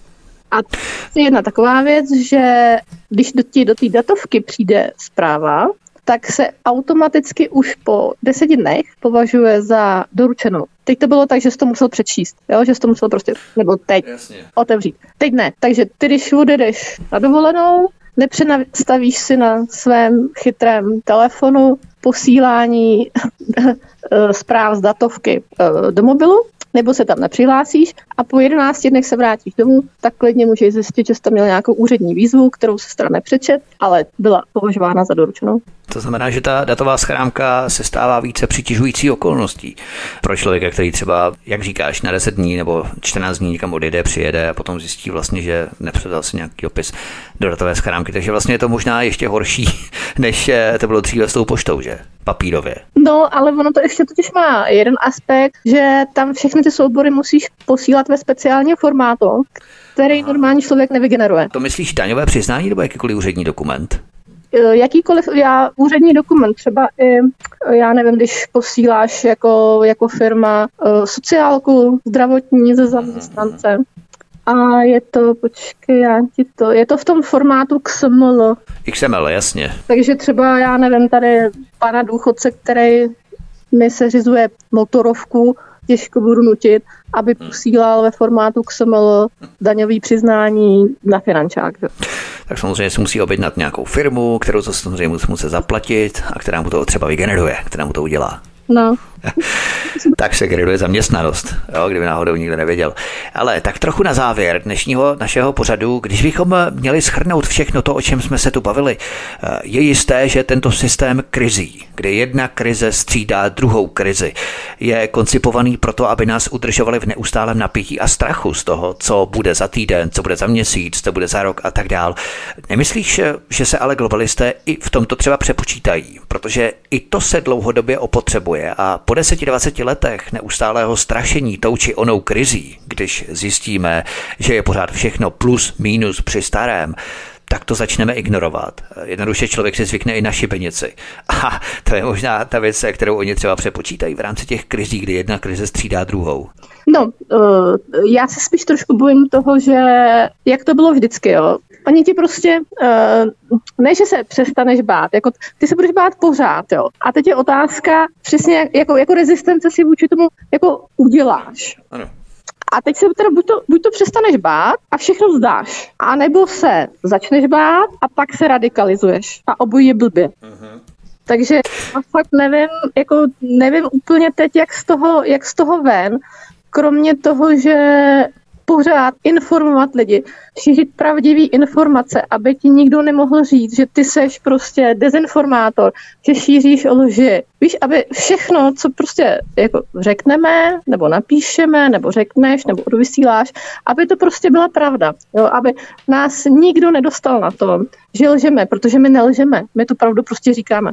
A to je jedna taková věc, že když do té do té datovky přijde zpráva, tak se automaticky už po deseti dnech považuje za doručenou. Teď to bylo tak, že jsi to musel přečíst, jo? Že jsi to musel prostě, nebo teď Jasně. otevřít. Teď ne. Takže ty, když odjedeš na dovolenou, nepřenastavíš si na svém chytrém telefonu posílání zpráv z datovky do mobilu, nebo se tam nepřihlásíš a po jedenácti dnech se vrátíš domů, tak klidně můžeš zjistit, že jsi tam měl nějakou úřední výzvu, kterou se strana nepřečet, ale byla považována za doručenou. To znamená, že ta datová schránka se stává více přitěžující okolností pro člověka, který třeba, jak říkáš, na deset dní nebo čtrnáct dní někam odjede, přijede a potom zjistí vlastně, že nepředal si nějaký opis do datové schránky. Takže vlastně je to možná ještě horší, než to bylo dříve s tou poštou, že? Papírově. No, ale ono to ještě totiž má jeden aspekt, že tam všechny ty soubory musíš posílat ve speciálním formátu, který Aha. normální člověk nevygeneruje. To myslíš daňové přiznání nebo jakýkoliv úřední dokument? Jakýkoliv já, úřední dokument, třeba i, já nevím, když posíláš jako, jako firma sociálku zdravotní ze zaměstnance a je to, počkej, já ti to, je to v tom formátu X M L. X M L, jasně. Takže třeba, já nevím, tady pana důchodce, který mi seřizuje motorovku, těžko budu nutit, aby posílal ve formátu X M L daňový přiznání na finančák. Že? Tak samozřejmě se musí objednat nějakou firmu, kterou to samozřejmě musí muset zaplatit a která mu to třeba vygeneruje, která mu to udělá. No. Tak se generuje zaměstnanost, jo, kdyby náhodou nikdo nevěděl. Ale tak trochu na závěr dnešního našeho pořadu, když bychom měli shrnout všechno to, o čem jsme se tu bavili, je jisté, že tento systém krizí, kde jedna krize střídá druhou krizi, je koncipovaný proto, aby nás udržovali v neustálém napětí a strachu z toho, co bude za týden, co bude za měsíc, co bude za rok a tak dál. Nemyslíš, že se ale globalisté i v tomto třeba přepočítají, protože i to se dlouhodobě opotřebuje a po deseti dvaceti letech neustálého strašení tou či onou krizí, když zjistíme, že je pořád všechno plus minus při starém, tak to začneme ignorovat. Jednoduše člověk si zvykne i na šibenici. A to je možná ta věc, kterou oni třeba přepočítají v rámci těch krizí, kdy jedna krize střídá druhou. No, uh, já se spíš trošku bojím toho, že jak to bylo vždycky, jo. Oni ti prostě, uh, ne, že se přestaneš bát, jako ty se budeš bát pořád, jo. A teď je otázka, přesně jako, jako rezistence si vůči tomu jako uděláš. Ano. A teď se teda buď to, buď to přestaneš bát a všechno vzdáš, a nebo se začneš bát a pak se radikalizuješ. A obojí je blbě. Uh-huh. Takže já fakt nevím, jako nevím úplně teď, jak z toho, jak z toho ven, kromě toho, že pořád informovat lidi, šířit pravdivý informace, aby ti nikdo nemohl říct, že ty seš prostě dezinformátor, že šíříš lži. Víš, aby všechno, co prostě jako řekneme, nebo napíšeme, nebo řekneš, nebo odvysíláš, aby to prostě byla pravda. Jo? Aby nás nikdo nedostal na to, že lžeme, protože my nelžeme, my tu pravdu prostě říkáme.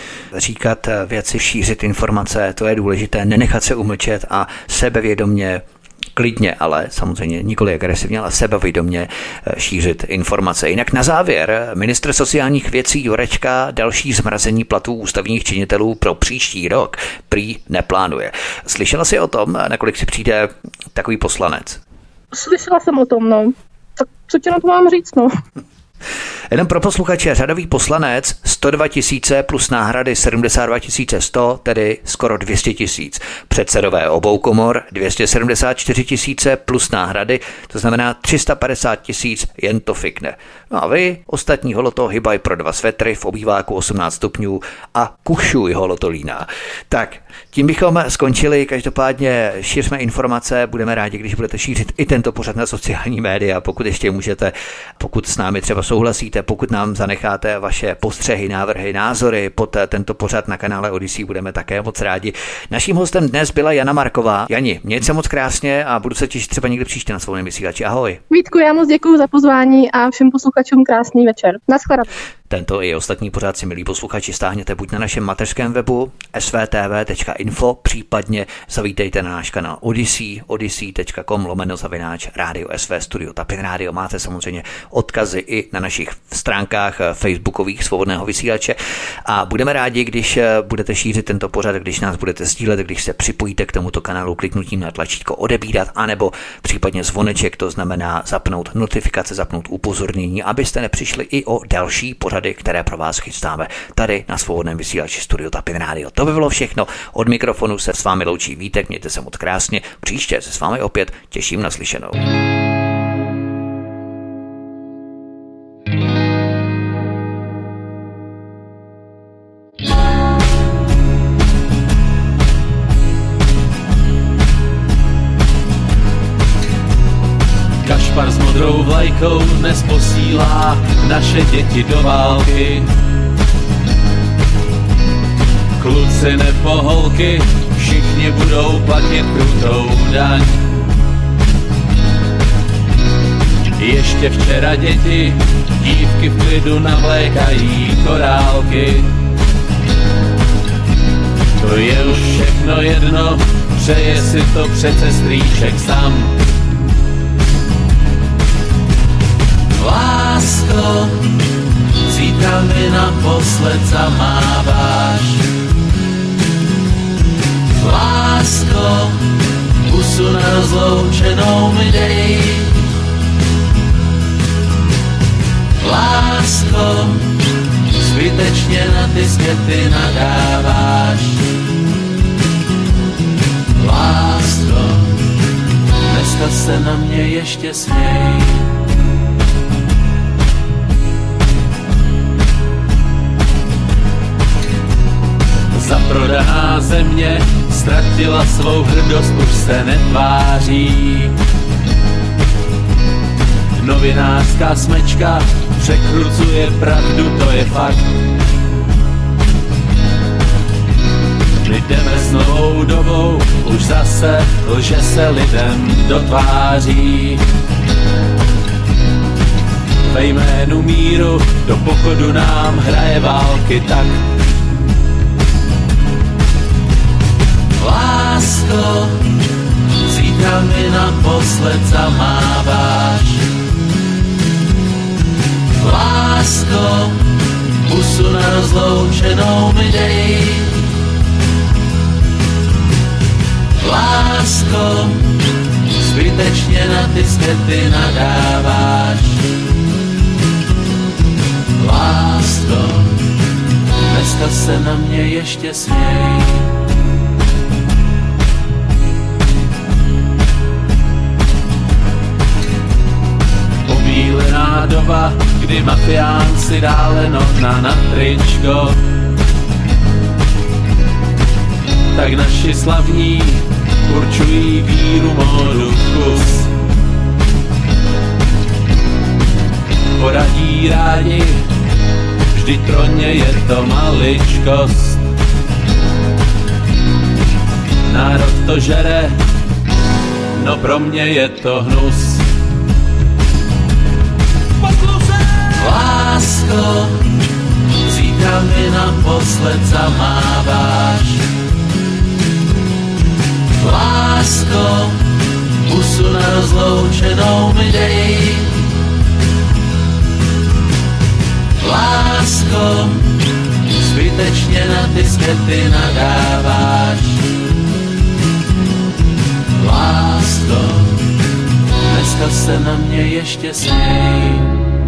Říkat věci, šířit informace, to je důležité, nenechat se umlčet a sebevědomě, klidně, ale samozřejmě nikoli agresivně, ale sebevědomě šířit informace. Jinak na závěr, ministr sociálních věcí Jurečka další zmrazení platů ústavních činitelů pro příští rok prý neplánuje. Slyšela jsi o tom, nakolik si přijde takový poslanec? Slyšela jsem o tom, no. Tak co ti na to mám říct, no? Jenom pro posluchače, řadový poslanec sto dva tisíce plus náhrady sedmdesát dva tisíce sto, tedy skoro dvě stě tisíc. Předsedové obou komor dvě stě sedmdesát čtyři tisíce plus náhrady, to znamená tři sta padesát tisíc, jen to fikne. No a vy, ostatní holoto, hybaj pro dva svetry v obýváku osmnáct stupňů a kušuj holotolína. Tak, tím bychom skončili, každopádně šířme informace, budeme rádi, když budete šířit i tento pořad na sociální média, pokud ještě můžete, pokud s námi třeba souhlasíte, pokud nám zanecháte vaše postřehy, návrhy, názory pod tento pořad na kanále Odyssey, budeme také moc rádi. Naším hostem dnes byla Jana Marková. Jani, mějte se moc krásně a budu se těšit třeba někdy příště na svobodném vysílači. Ahoj. Vítku, já moc děkuji za pozvání a všem posluchačům krásný večer. Naschledanou. Tento i ostatní pořád si, milí posluchači, stáhněte buď na našem mateřském webu s v t v tečka info, případně zavítejte na náš kanál Odyssey, odyssey tečka com lomeno zavináč rádio S V Studio Tapin Radio. Máte samozřejmě odkazy i na našich stránkách facebookových Svobodného vysílače a budeme rádi, když budete šířit tento pořad, když nás budete sdílet, když se připojíte k tomuto kanálu kliknutím na tlačítko odebírat, anebo případně zvoneček, to znamená zapnout notifikace, zapnout upozornění, abyste nepřišli i o další pořady, které pro vás chystáme tady na Svobodném vysílači Studio Tapin Radio. To by bylo všechno. Od mikrofonu se s vámi loučí Vítek, mějte se moc krásně. Příště se s vámi opět těším na slyšenou. Kašpar s modrou vlajkou dnes posílá naše děti do války. Kluci nebo holky, všichni budou platit krutou daň. Ještě včera děti, dívky v klidu navlékají korálky. To je už všechno jedno, přeje si to přece strýček sám. Lásko, zítra mi naposled zamáváš. Lásko, pusu na rozloučenou mi dej. Lásko, zbytečně na ty skepy nadáváš. Lásko, dneska se na mě ještě směj. Zaprodaná země ztratila svou hrdost, už se netváří. Novinářská smečka překrucuje pravdu, to je fakt. My jdeme s novou dobou, už zase lže se lidem do tváří. Ve jménu míru do pochodu nám hraje války tak. Lásko, zítra mi naposled zamáváš. Lásko, pusu na rozloučenou mi dej. Lásko, zbytečně na ty skepy nadáváš. Lásko, dneska se na mě ještě směj. Bílená doba, kdy mafián si dále nohna na tričko. Tak naši slavní určují víru, módu, vkus. Poradí rádi, vždyť pro ně je to maličkost. Národ to žere, no pro mě je to hnus. Lásko, zítra mi naposled zamáváš. Lásko, pusu na rozloučenou mi dej. Lásko, zbytečně na ty skepy nadáváš. Lásko, dneska se na mě ještě směj.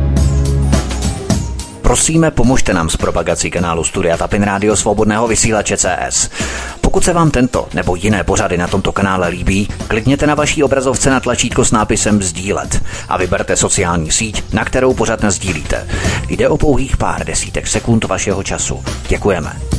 Prosíme, pomožte nám s propagací kanálu Studia Tapin Radio Svobodného vysílače C S. Pokud se vám tento nebo jiné pořady na tomto kanále líbí, klikněte na vaší obrazovce na tlačítko s nápisem sdílet a vyberte sociální síť, na kterou pořad nasdílíte. Jde o pouhých pár desítek sekund vašeho času. Děkujeme.